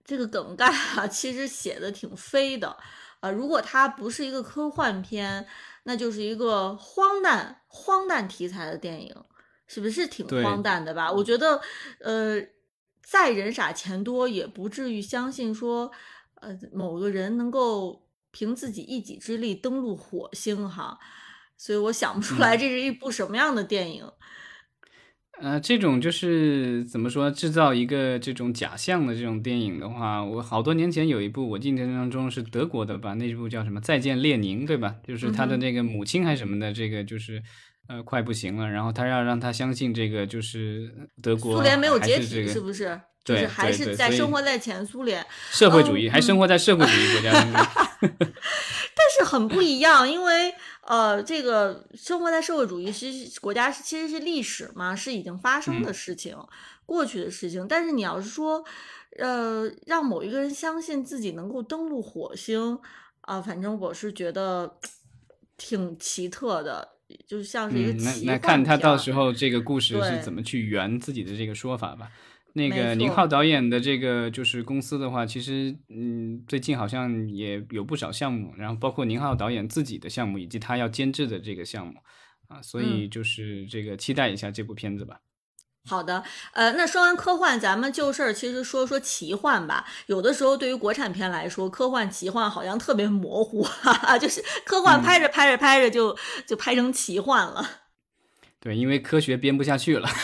这个梗概啊，其实写的挺飞的。呃，如果它不是一个科幻片，那就是一个荒诞荒诞题材的电影，是不是挺荒对， 诞的吧？我觉得，呃，再人傻钱多，也不至于相信说，呃，某个人能够凭自己一己之力登陆火星哈。所以我想不出来嗯。 这是一部什么样的电影。 呃，这种就是怎么说，制造一个这种假象的这种电影的话，我好多年前有一部我印象当中是德国的吧，那部叫什么《再见列宁》，对吧？就是他的嗯哼。 那个母亲还是什么的，这个就是呃快不行了，然后他要让他相信这个就是德国还苏联没有解体， 还是这个， 是不是？就是还是对对对， 在生所以活在前苏联。 社会主嗯嗯。 义还生活在社会主义国家当中。 但是很不一样，因为呃，这个生活在社会主义是国家是其实是历史嘛，是已经发生的嗯。 事情，过去的事情。但是你要是说，呃，让某一个人相信自己能够登陆火星，啊、反正我是觉得挺奇特的，就像是一个嗯，那奇那看他幻片儿。 到时候这个故事是怎对， 么去圆自己的这个说法吧。那个宁浩没错。 导演的这个就是公司的话，其实嗯，最近好像也有不少项目，然后包括宁浩导演自己的项目，以及他要监制的这个项目啊，所嗯。 以就是这个期待一下这部片子吧。 好的。呃，那说完科幻，咱们就事儿其实说说奇幻吧。有的时候对于国产片来说，科幻、奇幻好像特别模糊，哈哈，就是科幻嗯， 拍着拍着拍着就就拍成奇幻了。 对，因为科学编不下去了。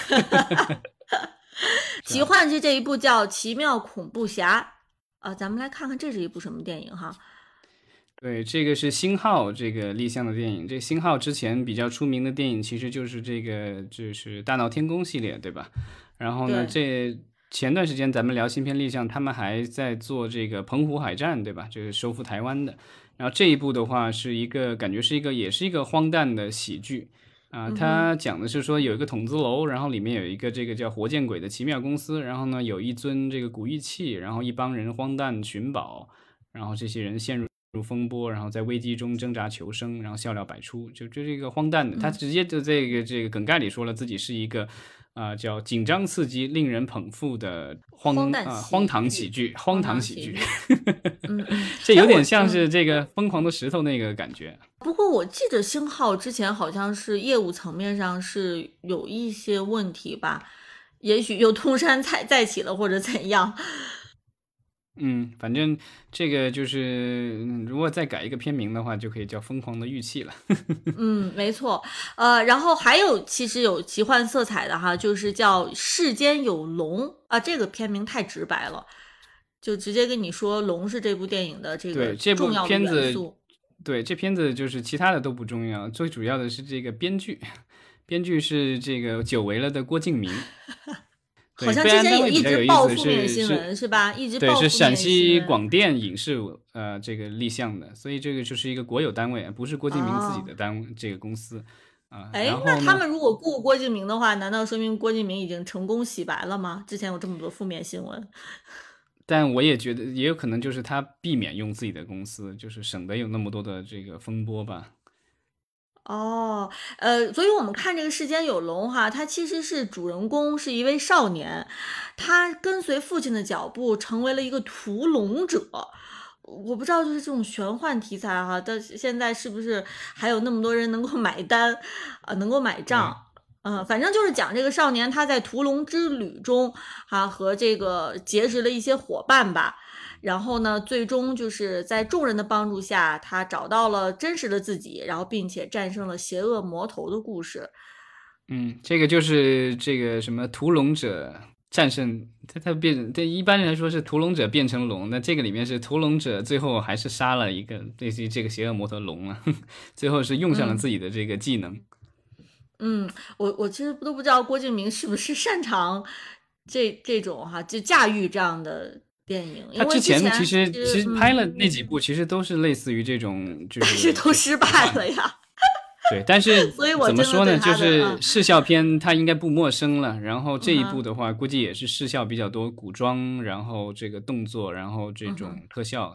是啊。 奇幻就这一部叫《奇妙恐怖侠》啊，咱们来看看这是一部什么电影哈。 对，这个是星浩这个立项的电影。这星浩之前比较出名的电影其实就是这个就是《大闹天宫》系列，对吧？然后呢， 对。 这前段时间咱们聊新片立项，他们还在做这个澎湖海战，对吧？就是收复台湾的。然后这一部的话是一个感觉是一个也是一个荒诞的喜剧啊， 嗯哼。 它讲的是说有一个筒子楼，然后里面有一个这个叫活见鬼的奇妙公司，然后呢有一尊这个古玉器，然后一帮人荒诞寻宝，然后这些人陷入入风波，然后在危机中挣扎求生，然后笑料百出，就这是一个荒诞的。他嗯。 直接就这个这个梗概里说了自己是一个啊、呃叫紧张刺激、令人捧腹的荒荒诞啊、荒喜剧。 唐喜剧，荒荒唐喜剧。 唐喜剧。嗯嗯。 这哎， 有点像我嗯。 是这个疯狂的石头那个感觉。 不过我记得星浩之前好像是业务层面上是有一些问题吧，也许又东山再再起了或者怎样。 嗯，反正这个就是嗯如果再改一个片名的话，就可以叫《疯狂的玉器》了。 嗯，没错。呃，然后还有其实有奇幻色彩的哈，就是叫《世间有龙》啊，这个片名太直白了，就直接跟你说龙是这部电影的这个对，这部重要的片子， 元素。 对，这片子就是其他的都不重要，最主要的是这个编剧，编剧是这个久违了的郭敬明。对， 好像备案单位之前也一比较有意思的直报负面是是， 新闻是吧？一直对，是陕报负面新闻。 西广电影视呃这个立项的，所以这个就是一个国有单位，不是郭敬明自己哦。 的单位这个公司啊。 哎， 然后呢， 那他们如果雇郭敬明的话，难道说明郭敬明已经成功洗白了吗？之前有这么多负面新闻。 但我也觉得也有可能就是他避免用自己的公司，就是省得有那么多的这个风波吧。 哦。呃，所以我们看这个世间有龙哈，他其实是主人公是一位少年，他跟随父亲的脚步，成为了一个屠龙者。我不知道，就是这种玄幻题材哈，但是现在是不是还有那么多人能够买单，啊、能够买账？ 对。 嗯、反正就是讲这个少年他在屠龙之旅中，啊，和这个结识了一些伙伴吧。然后呢，最终就是在众人的帮助下，他找到了真实的自己，然后并且战胜了邪恶魔头的故事。 嗯，这个就是这个什么屠龙者战胜他，他变，对一般人来说是屠龙者变成龙，那这个里面是屠龙者最后还是杀了一个类似于这个邪恶魔头龙了，最后是用上了嗯自己的这个技能。 嗯。我我其实都不知道郭敬明是不是擅长这这种哈，就驾驭这样的电影，因他之为之前前其实其实其实拍了嗯， 那几部，其实都是类似于这种就但是是这个都失奇幻。 败了呀。 对，但是所以我真的怎么说呢，就对他的是嗯视效片它应该不陌生了。然后这一部嗯哼的话，估计也是视效比较多，古装，然后这个动作，然后这种嗯哼。 特效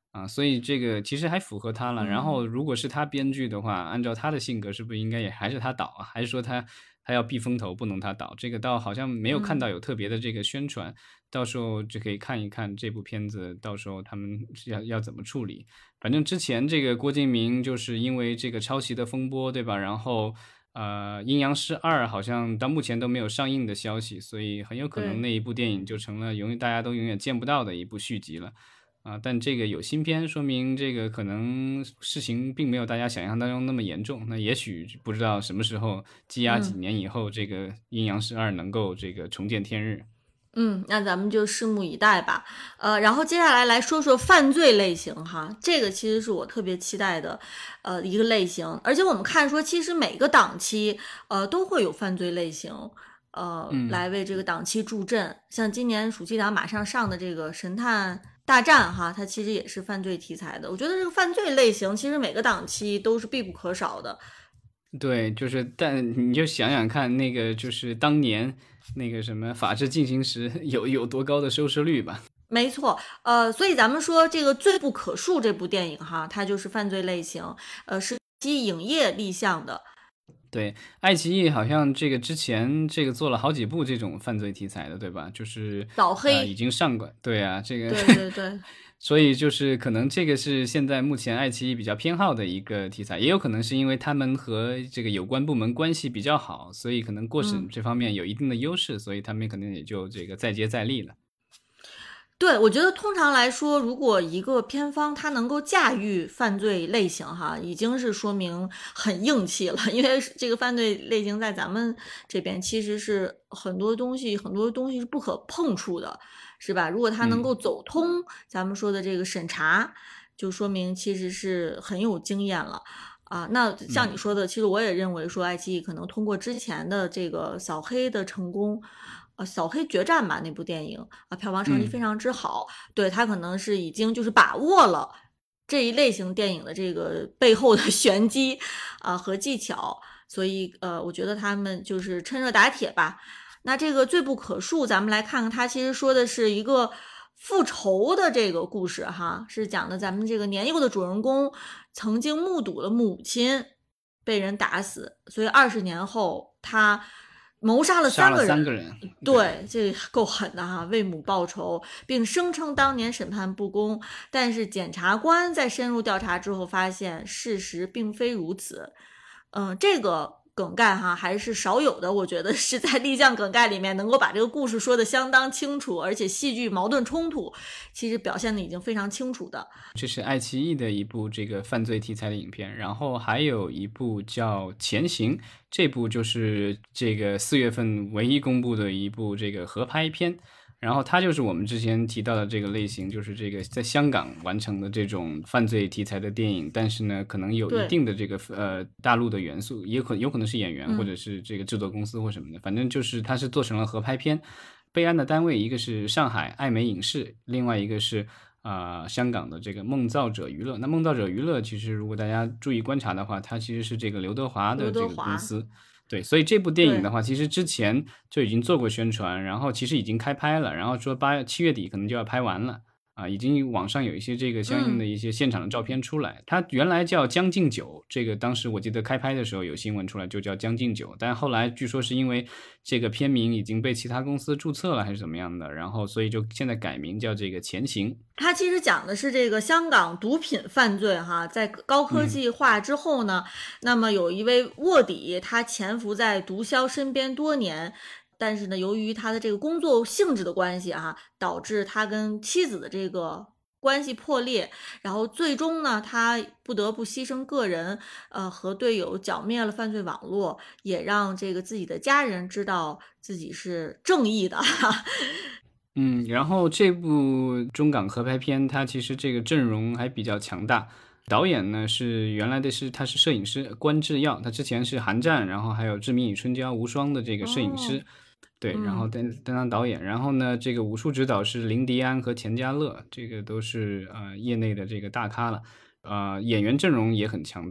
啊，所以这个其实还符合他了。然嗯后如果是他编剧的话，按照他的性格，是不是应该也还是他导啊？还是说他他要避风头，不能他导？这个倒好像没有看到嗯有特别的这个宣传，到时候就可以看一看这部片子，到时候他们是要要怎么处理。反正之前这个郭敬明就是因为这个抄袭的风波，对吧？然后呃，《阴阳师二》好像到目前都没有上映的消息，所以很有可能对。 那一部电影就成了永远大家都永远见不到的一部续集了。啊，但这个有新片，说明这个可能事情并没有大家想象当中那么严重。那也许不知道什么时候积压几嗯年以后，这个《阴阳师二》能够这个重见天日。 嗯，那咱们就拭目以待吧。呃，然后接下来来说说犯罪类型哈，这个其实是我特别期待的，呃，一个类型。而且我们看说，其实每个档期，呃，都会有犯罪类型，呃， 嗯。 来为这个档期助阵。像今年暑期档马上上的这个《神探大战》哈，它其实也是犯罪题材的。我觉得这个犯罪类型其实每个档期都是必不可少的。 对，就是，但你就想想看，那个就是当年那个什么《法制进行时》有有多高的收视率吧？ 没错，呃，所以咱们说这个《罪不可恕》这部电影哈，它就是犯罪类型，呃，是基影业立项的。 对，爱奇艺好像这个之前这个做了好几部这种犯罪题材的，对吧？就是呃已扫黑， 经上过，对啊，这个对对对， 所以就是可能这个是现在目前爱奇艺比较偏好的一个题材，也有可能是因为他们和这个有关部门关系比较好，所以可能过审嗯。 这方面有一定的优势，所以他们可能也就这个再接再厉了。 对，我觉得通常来说，如果一个片方它能够驾驭犯罪类型，哈，已经是说明很硬气了。因为这个犯罪类型在咱们这边其实是很多东西，很多东西是不可碰触的，是吧？如果它能够嗯走通咱们说的这个审查，就说明其实是很有经验了。啊，那像你嗯说的，其实我也认为说，爱奇艺可能通过之前的这个扫黑的成功，呃，扫黑决战吧那部电影啊，票房成绩非嗯。 常之好，对，他可能是已经就是把握了这一类型电影的这个背后的玄机啊和技巧，所以呃，我觉得他们就是趁热打铁吧。那这个罪不可恕，咱们来看看，它其实说的是一个复仇的这个故事哈，是讲的咱们这个年幼的主人公曾经目睹了母亲被人打死，所以二十年后他谋杀了杀了三个人。 三个人，对。 对，这够狠的哈，为母报仇，并声称当年审判不公。但是检察官在深入调查之后发现，事实并非如此。嗯，这个梗概哈还是少有的，我觉得是在立将梗概里面能够把这个故事说得相当清楚，而且戏剧矛盾冲突其实表现的已经非常清楚的。 这是爱奇艺的一部这个犯罪题材的影片，然后还有一部叫《潜行》，这部就是这个四月份唯一公布的一部这个合拍片，然后它就是我们之前提到的这个类型，就是这个在香港完成的这种犯罪题材的电影，但是呢，可能有一对， 定的这个呃大陆的元素，也可有可能是演员或者嗯是这个制作公司或什么的，反正就是它是做成了合拍片。备案的单位一个是上海爱美影视，另外一个是啊、呃香港的这个梦造者娱乐。那梦造者娱乐其实如果大家注意观察的话，它其实是这个刘德华刘的这个公德华， 司。对，所以这部电影的对， 话，其实之前就已经做过宣传，然后其实已经开拍了，然后说八七月底可能就要拍完了。啊，已经网上有一些这个相应的嗯。 一些现场的照片出来。它原来叫《将进酒》，这个当时我记得开拍的时候有新闻出来，就叫《将进酒》，但后来据说是因为这个片名已经被其他公司注册了，还是怎么样的，然后所以就现在改名叫这个《潜行》。 它其实讲的是这个香港毒品犯罪哈，在高科嗯。 技化之后呢，那么有一位卧底，他潜伏在毒枭身边多年，但是呢，由于他的这个工作性质的关系啊，导致他跟妻子的这个关系破裂，然后最终呢，他不得不牺牲个人，呃，和队友剿灭了犯罪网络，也让这个自己的家人知道自己是正义的。 嗯，然后这部中港合拍片，它其实这个阵容还比较强大。导演呢是原来的是他是摄影师关智耀，他之前是寒战，然后还有志明与春娇无双的这个摄影哦， 师。对，然后嗯担担当导演，然后呢，这个武术指导是林迪安和钱嘉乐，这个都是呃业内的这个大咖了，呃，演员阵容也很强大。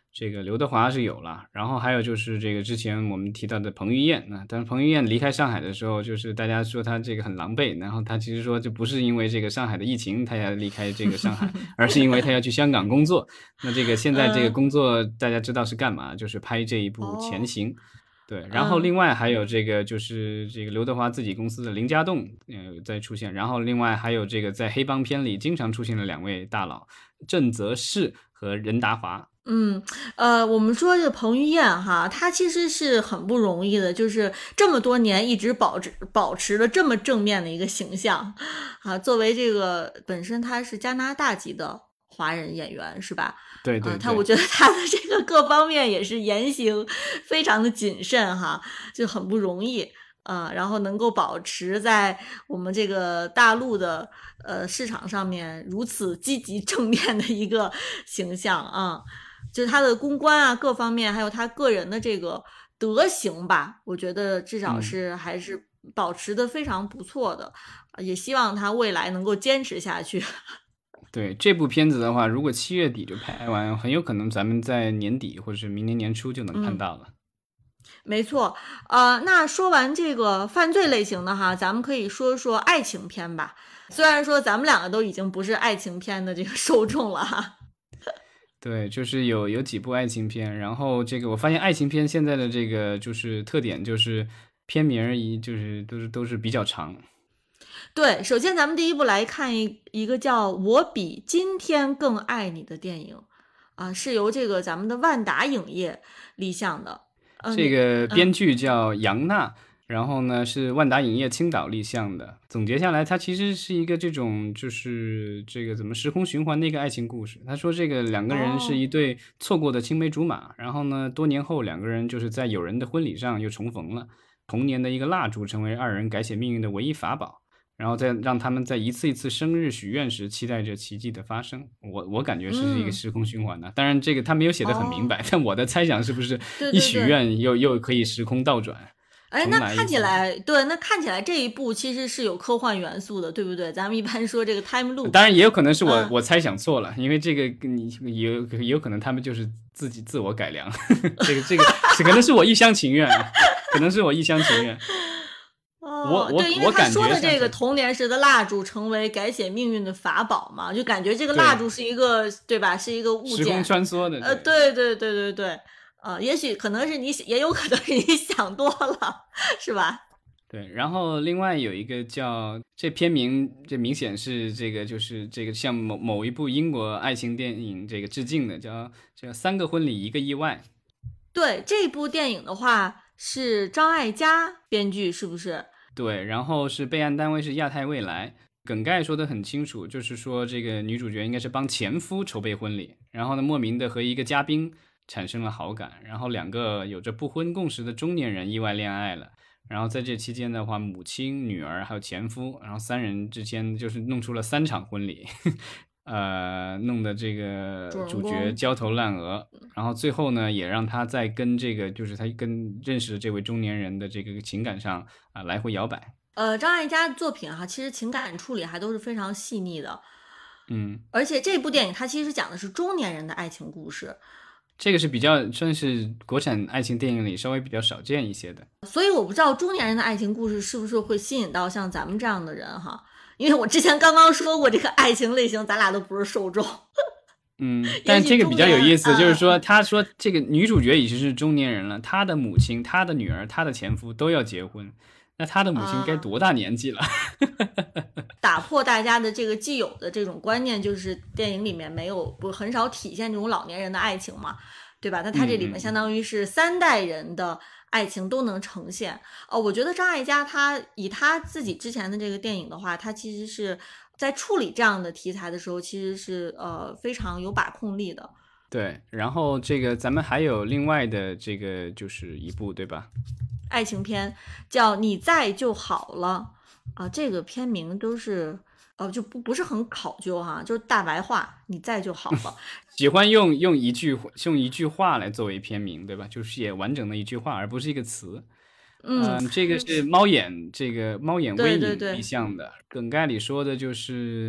这个刘德华是有了，然后还有就是这个之前我们提到的彭于晏，那但是彭于晏离开上海的时候，就是大家说他这个很狼狈，然后他其实说这不是因为这个上海的疫情他要离开这个上海，而是因为他要去香港工作。那这个现在这个工作大家知道是干嘛，就是拍这一部《潜行》。对，然后另外还有这个就是这个刘德华自己公司的林家栋呃在出现，然后另外还有这个在黑帮片里经常出现的两位大佬郑则仕和任达华。 嗯，呃，我们说这个彭于晏哈，他其实是很不容易的，就是这么多年一直保持保持了这么正面的一个形象啊。作为这个本身他是加拿大籍的华人演员是吧？ 对对对， 呃、他我觉得他的这个各方面也是言行非常的谨慎哈，就很不容易。呃，然后能够保持在我们这个大陆的呃市场上面如此积极正面的一个形象啊，就是他的公关啊各方面，还有他个人的这个德行吧，我觉得至少是还是保持的非常不错的，嗯、也希望他未来能够坚持下去。 对这部片子的话，如果七月底就拍完，很有可能咱们在年底或者是明年年初就能看到了。嗯没错，呃，那说完这个犯罪类型的哈，咱们可以说说爱情片吧。虽然说咱们两个都已经不是爱情片的这个受众了哈。 对，就是有有几部爱情片，然后这个我发现爱情片现在的这个就是特点就是片名而已，就是都是都是比较长。 对，首先咱们第一部来看一一个叫《我比今天更爱你》的电影啊，是由这个咱们的万达影业立项的。 这个编剧叫杨娜、嗯，然后呢是万达影业青岛立项的。总结下来，它其实是一个这种就是这个怎么时空循环的一个爱情故事。他说这个两个人是一对错过的青梅竹马、哦，然后呢多年后两个人就是在友人的婚礼上又重逢了。童年的一个蜡烛成为二人改写命运的唯一法宝。然后再让他们在一次一次生日许愿时期待着奇迹的发生，我我感觉是一个时空循环的、嗯、当然这个他没有写得很明白、哦、但我的猜想是不是一许愿又又可以时空倒转。 哎，那看起来对，那看起来这一部其实是有科幻元素的，对不对？咱们一般说这个 time loop， 当然也有可能是我、嗯、我猜想错了，因为这个你有也有可能他们就是自己自我改良，这个这个可能是我一厢情愿，可能是我一厢情愿。 哦，对，因为他说的这个童年时的蜡烛成为改写命运的法宝嘛，就感觉这个蜡烛是一个 对, 对吧，是一个物件， 时空穿梭的。 呃，对对对对对，呃，也许可能是你，也有可能是你想多了，是吧？ 对，然后另外有一个叫这片名，这明显是这个就是这个向某某一部英国爱情电影这个致敬的，叫叫三个婚礼一个意外。 对，这部电影的话是张艾嘉编剧，是不是？ 对，然后是备案单位是亚太未来，梗概说得很清楚，就是说这个女主角应该是帮前夫筹备婚礼，然后呢莫名的和一个嘉宾产生了好感，然后两个有着不婚共识的中年人意外恋爱了，然后在这期间的话，母亲、女儿还有前夫，然后三人之间就是弄出了三场婚礼，呃，弄得这个主角焦头烂额，然后最后呢，也让他在跟这个就是他跟认识的这位中年人的这个情感上啊、呃、来回摇摆。 呃，张艾嘉的作品哈、啊，其实情感处理还都是非常细腻的， 嗯， 而且这部电影它其实讲的是中年人的爱情故事。 这个是比较算是国产爱情电影里稍微比较少见一些的， 所以我不知道中年人的爱情故事是不是会吸引到像咱们这样的人哈。因为我之前刚刚说过这个爱情类型咱俩都不是受众。 嗯，但这个比较有意思，就是说他说这个女主角已经是中年人了，她的母亲、她的女儿、她的前夫都要结婚，那她的母亲该多大年纪了？ 打破大家的这个既有的这种观念，就是电影里面没有不很少体现这种老年人的爱情嘛，对吧？那他这里面相当于是三代人的爱情都能呈现。哦，我觉得张艾嘉他以他自己之前的这个电影的话，他其实是在处理这样的题材的时候，其实是呃非常有把控力的。 对，然后这个咱们还有另外的这个就是一部对吧？ 爱情片叫《你在就好了》啊，这个片名都是呃就不不是很考究哈，就是大白话，你在就好了。 喜欢用用一句用一句话来作为片名，对吧？就是写完整的一句话，而不是一个词。 嗯， 呃、这个是猫眼，这个猫眼微影对对对立项的。梗概里说的就是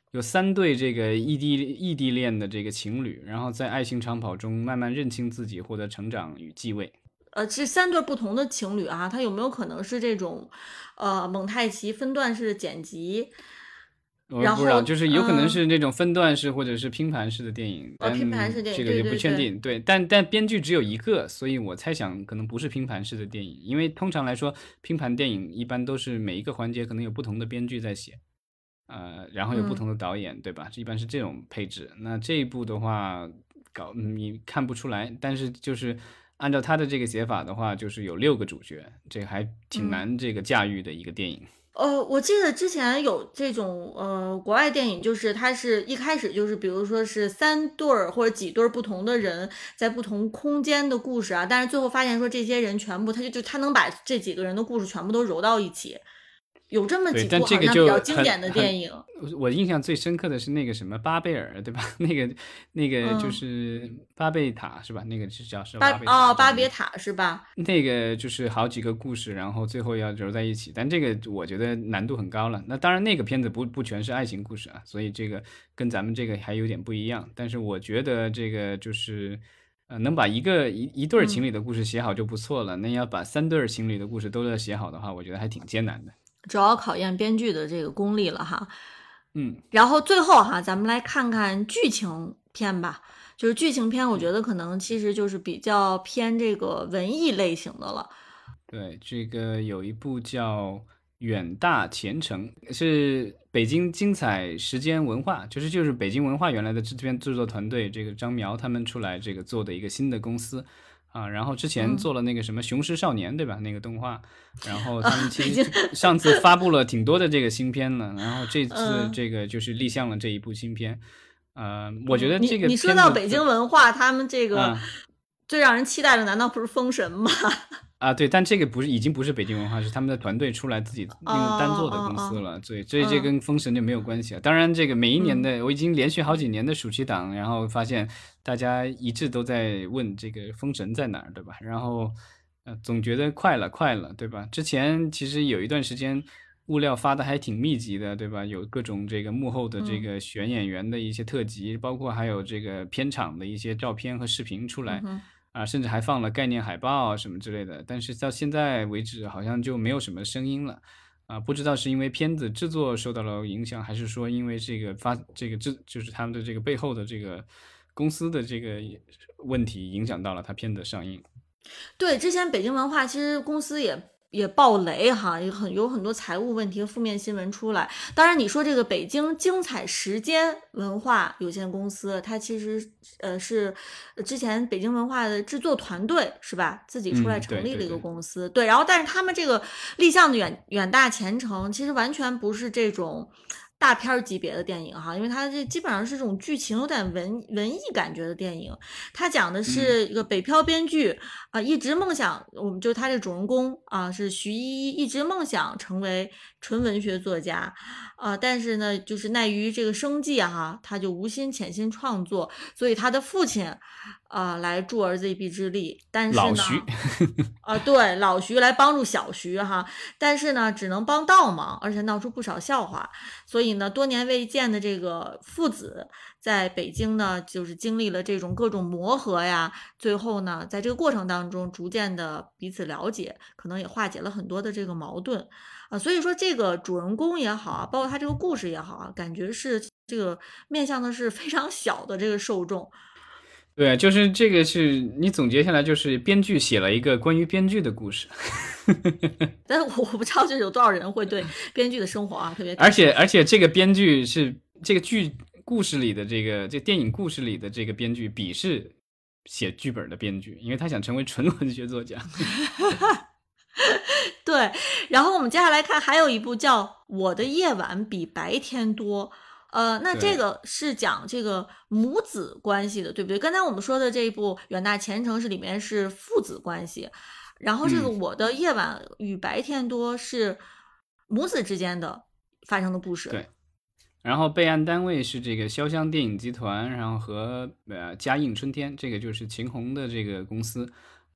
有三对这个异地异地恋的这个情侣，然后在爱情长跑中慢慢认清自己，获得成长与继位。 呃，这三对不同的情侣啊，它有没有可能是这种，呃，蒙太奇分段式的剪辑？然后， 我不知道，就是有可能嗯、 是那种分段式或者是拼盘式的电影， 呃， 但拼盘式电影， 这个就不对对对。 确定。对，但但编剧只有一个，所以我猜想可能不是拼盘式的电影，因为通常来说，拼盘电影一般都是每一个环节可能有不同的编剧在写，呃，然后有不嗯。 同的导演，对吧？一般是这种配置。那这一部的话，搞嗯你看不出来，但是就是按照他的这个写法的话，就是有六个主角，这个还挺嗯。 难这个驾驭的一个电影。 呃，我记得之前有这种呃国外电影，就是它是一开始就是比如说是三对儿或者几对儿不同的人在不同空间的故事啊，但是最后发现说这些人全部他就就他能把这几个人的故事全部都揉到一起，有这么对，但几部好这个就像比较经很典的很， 电影。 我印象最深刻的是那个什么巴贝尔，对吧？那个那个就嗯。 是巴贝塔是吧？那个是叫是巴巴贝塔哦还是叫什么？ 巴别塔是吧？ 那个就是好几个故事，然后最后要揉在一起，但这个我觉得难度很高了。那当然，那个片子不不全是爱情故事啊，所以这个跟咱们这个还有点不一样。但是我觉得这个就是，呃，能把一个一一对儿情嗯。 侣的故事写好就不错了。那要把三对儿情侣的故事都要写好的话，我觉得还挺艰难的。 主要考验编剧的这个功力了哈。 嗯。 然后最后哈，咱们来看看剧情片吧。就是剧情片，我觉得可能其实就是比较偏这个文艺类型的了。 对，这个有一部叫《远大前程》，是北京精彩时间文化，就是就是北京文化原来的制片制作团队，这个张苗他们出来这个做的一个新的公司啊。然后之前嗯。 做了那个什么《雄狮少年》，对吧？那个动画。然后他们啊， 其实北京， 上次发布了挺多的这个新片了，然后这次嗯。 这个就是立项了这一部新片。呃，我觉嗯， 得这个你你说片子的， 到北京文化，他们这个啊。 最让人期待的，难道不是封神吗？ 啊，对，但这个不是已经不是北京文化，是他们的团队出来自己哦另单做的哦哦。 公司了，所以所以这嗯跟封神就没有关系了。当然，这个每一年嗯。 的我已经连续好几年的暑期档，然后发现大家一致都在问这个封神在哪儿，对吧？然后呃，总觉得快了，快了，对吧？之前其实有一段时间物料发的还挺密集的，对吧？有各种这个幕后的这嗯。 个选演员的一些特辑，包括还有这个片场的一些照片和视频出来。 嗯哼。 啊，甚至还放了概念海报什么之类的，但是到现在为止好像就没有什么声音了。啊，不知道是因为片子制作受到了影响，还是说因为这个发这个制就是他们的这个背后的这个公司的这个问题影响到了他片子上映。 对，之前北京文化其实公司也也爆雷哈，有很有很多财务问题和负面新闻出来。当然，你说这个北京精彩时间文化有限公司，它其实呃是呃之前北京文化的制作团队是吧，自己出来嗯， 成立了一个对对对。 公司。对，然后但是他们这个立项的远远大前程，其实完全不是这种大片儿级别的电影哈，因为它这基本上是这种剧情有点文文艺感觉的电影。它讲的嗯。 是一个北漂编剧啊、一直梦想，我们就他这主人公啊、是徐一一，一直梦想成为纯文学作家啊、但是呢，就是奈于这个生计啊哈，他就无心潜心创作，所以他的父亲啊、来助儿子一臂之力，但是呢。 老徐。 啊，对，老徐来帮助小徐哈，但是呢，只能帮倒忙，而且闹出不少笑话。所以呢，多年未见的这个父子在北京呢，就是经历了这种各种磨合呀，最后呢，在这个过程当中，逐渐的彼此了解，可能也化解了很多的这个矛盾啊。所以说，这个主人公也好啊，包括他这个故事也好啊，感觉是这个面向的是非常小的这个受众。 对，就是这个是你总结下来，就是编剧写了一个关于编剧的故事。 但是我我不知道，就是有多少人会对编剧的生活啊特别感而且兴趣。 而且这个编剧是这个剧故事里的这个这电影故事里的这个编剧鄙视写剧本的编剧，因为他想成为纯文学作家。 对，然后我们接下来看，还有一部叫《我的夜晚比白天多》。呃，那这对。 个是讲这个母子关系的，对不对？刚才我们说的这一部《远大前程》是里面是父子关系，然后这个嗯， 《我的夜晚与白天多》是母子之间的发生的故事。 对。然后备案单位是这个潇湘电影集团，然后和呃嘉映春天，这个就是秦虹的这个公司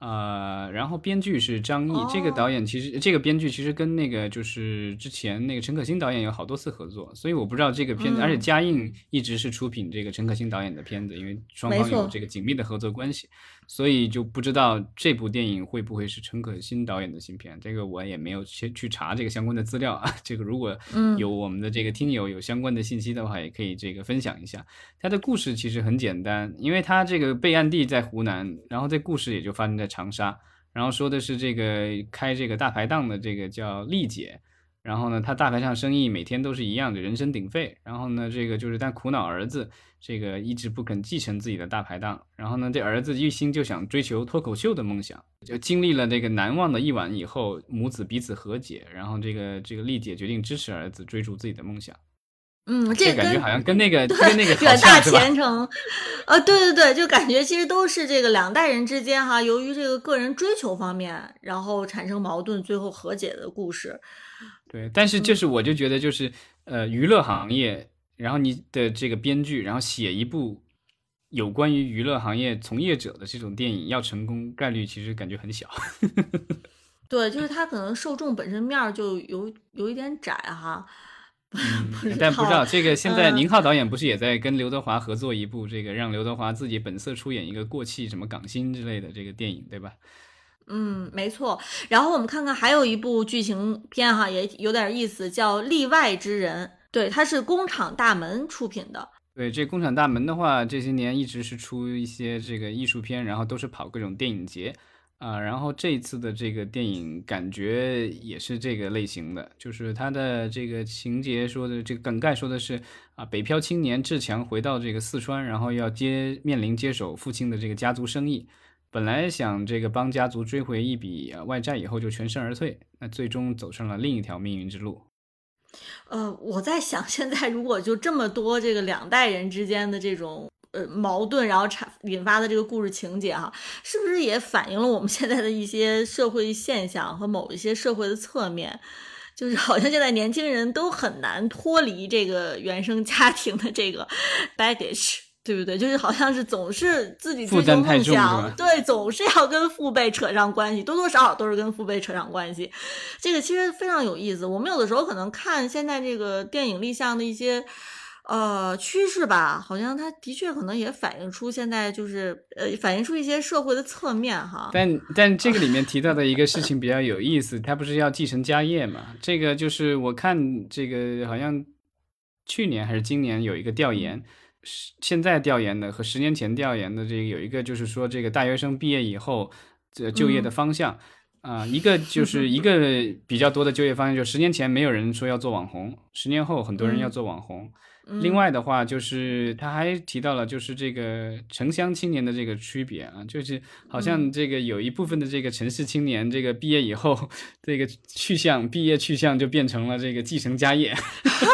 呃，然后编剧是张译，这个哦， 导演其实这个编剧其实跟那个就是之前那个陈可辛导演有好多次合作，所以我不知道这个片子，而且嗯， 嘉映一直是出品这个陈可辛导演的片子，因为双方有没错。 这个紧密的合作关系，所以就不知道这部电影会不会是陈可辛导演的新片，这个我也没有去去查这个相关的资料啊。这个如果有嗯我们的这个听友有相关的信息的话，也可以这个分享一下。它的故事其实很简单，因为它这个备案地在湖南，然后这故事也就发生在长沙，然后说的是这个开这个大排档的这个叫丽姐，然后呢，她大排档生意每天都是一样的，人声鼎沸，然后呢，这个就是但苦恼儿子这个一直不肯继承自己的大排档，然后呢，这儿子一心就想追求脱口秀的梦想，就经历了这个难忘的一晚以后，母子彼此和解，然后这个这个丽姐决定支持儿子追逐自己的梦想。 嗯， 这这跟感觉好像跟那个跟那个好远大像是吧？ 前程，呃，对对对，就感觉其实都是这个两代人之间哈，由于这个个人追求方面，然后产生矛盾，最后和解的故事。 对，但是就嗯是我就觉得就是呃娱乐行业，然后你的这个编剧，然后写一部有关于娱乐行业从业者的这种电影，要成功概率其实感觉很小。 对，就是他可能受众本身面儿就有有一点窄哈， 嗯， 不知但不知道道， 这个现在嗯。 宁浩导演不是也在跟刘德华合作一部这个让刘德华自己本色出演一个过气什么港星之类的这个电影，对吧？ 嗯，没错。然后我们看看还有一部剧情片哈，也有点意思，叫《例外之人》。对，它是工厂大门出品的。 对，这工厂大门的话，这些年一直是出一些这个艺术片，然后都是跑各种电影节啊、然后这一次的这个电影感觉也是这个类型的，就是它的这个情节说的这个梗概说的是啊，北漂青年志强回到这个四川，然后要接面临接手父亲的这个家族生意，本来想这个帮家族追回一笔啊外债以后就全身而退，那最终走上了另一条命运之路。 呃，我在想，现在如果就这么多这个两代人之间的这种呃矛盾，然后产引发的这个故事情节哈，是不是也反映了我们现在的一些社会现象和某一些社会的侧面？就是好像现在年轻人都很难脱离这个原生家庭的这个 baggage。对不对？就是好像是总是自己追求负担太梦想， 重是吧？ 对，总是要跟父辈扯上关系，多多少少都是跟父辈扯上关系。这个其实非常有意思。我们有的时候可能看现在这个电影立项的一些呃趋势吧，好像它的确可能也反映出现在就是呃反映出一些社会的侧面哈。 但但这个里面提到的一个事情比较有意思，他不是要继承家业嘛？这个就是我看这个好像去年还是今年有一个调研，是现在调研的和十年前调研的这个有一个就是说这个大学生毕业以后这就业的嗯方向啊、一个就是一个比较多的就业方向，就十年前没有人说要做网红，十年后很多人要嗯做网红。另嗯外的话，就是他还提到了，就是这个城乡青年的这个区别啊，就是好嗯。 像这个有一部分的这个城市青年，这个毕业以后，这个去向毕业去向就变成了这个继承家业。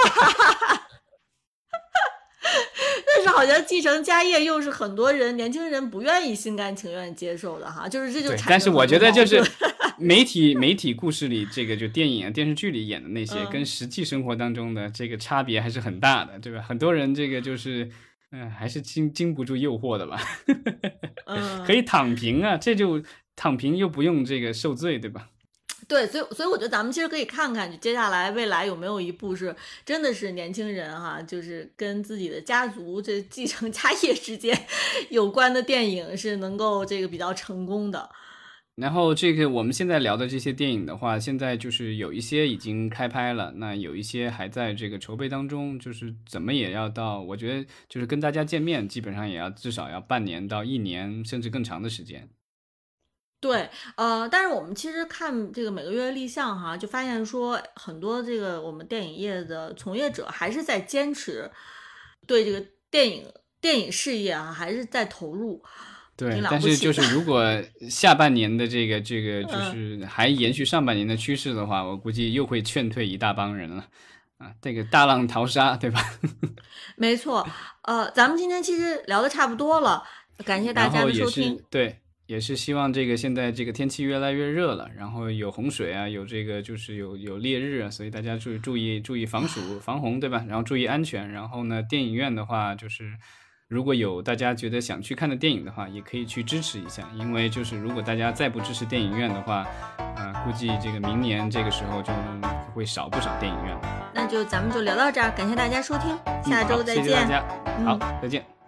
但是好像继承家业又是很多人年轻人不愿意心甘情愿接受的哈，就是这就对， 产但是我生很多矛觉得就是盾。 媒体媒体故事里这个就电影啊电视剧里演的那些，跟嗯实际生活当中的这个差别还是很大的，对吧？很多人这个就是，嗯、还是经经不住诱惑的吧。可以嗯。 躺平啊，这就躺平又不用这个受罪，对吧？ 对，所以所以我觉得咱们其实可以看看，就接下来未来有没有一部是真的是年轻人哈，就是跟自己的家族这继承家业之间有关的电影是能够这个比较成功的。 然后这个我们现在聊的这些电影的话，现在就是有一些已经开拍了，那有一些还在这个筹备当中，就是怎么也要到，我觉得就是跟大家见面，基本上也要至少要半年到一年，甚至更长的时间。 对，呃，但是我们其实看这个每个月立项哈，就发现说很多这个我们电影业的从业者还是在坚持对这个电影电影事业啊，还是在投入，挺对， 了不起的。 但是就是如果下半年的这个这个就嗯。 是还延续上半年的趋势的话，我估计又会劝退一大帮人了啊，这个大浪淘沙，对吧？ 没错，呃，咱们今天其实聊的差不多了，感谢大家然后也的收听。 是对，也是希望这个现在这个天气越来越热了，然后有洪水啊，有这个就是有有烈日啊，所以大家注意注意注意防暑防洪，对吧？然后注意安全。然后呢，电影院的话就是如果有大家觉得想去看的电影的话，也可以去支持一下，因为就是如果大家再不支持电影院的话，呃，估计这个明年这个时候就会少不少电影院了。 那就咱们就聊到这儿，感谢大家收听，下周再见。 嗯、好，谢谢大家，好， 嗯、 再见。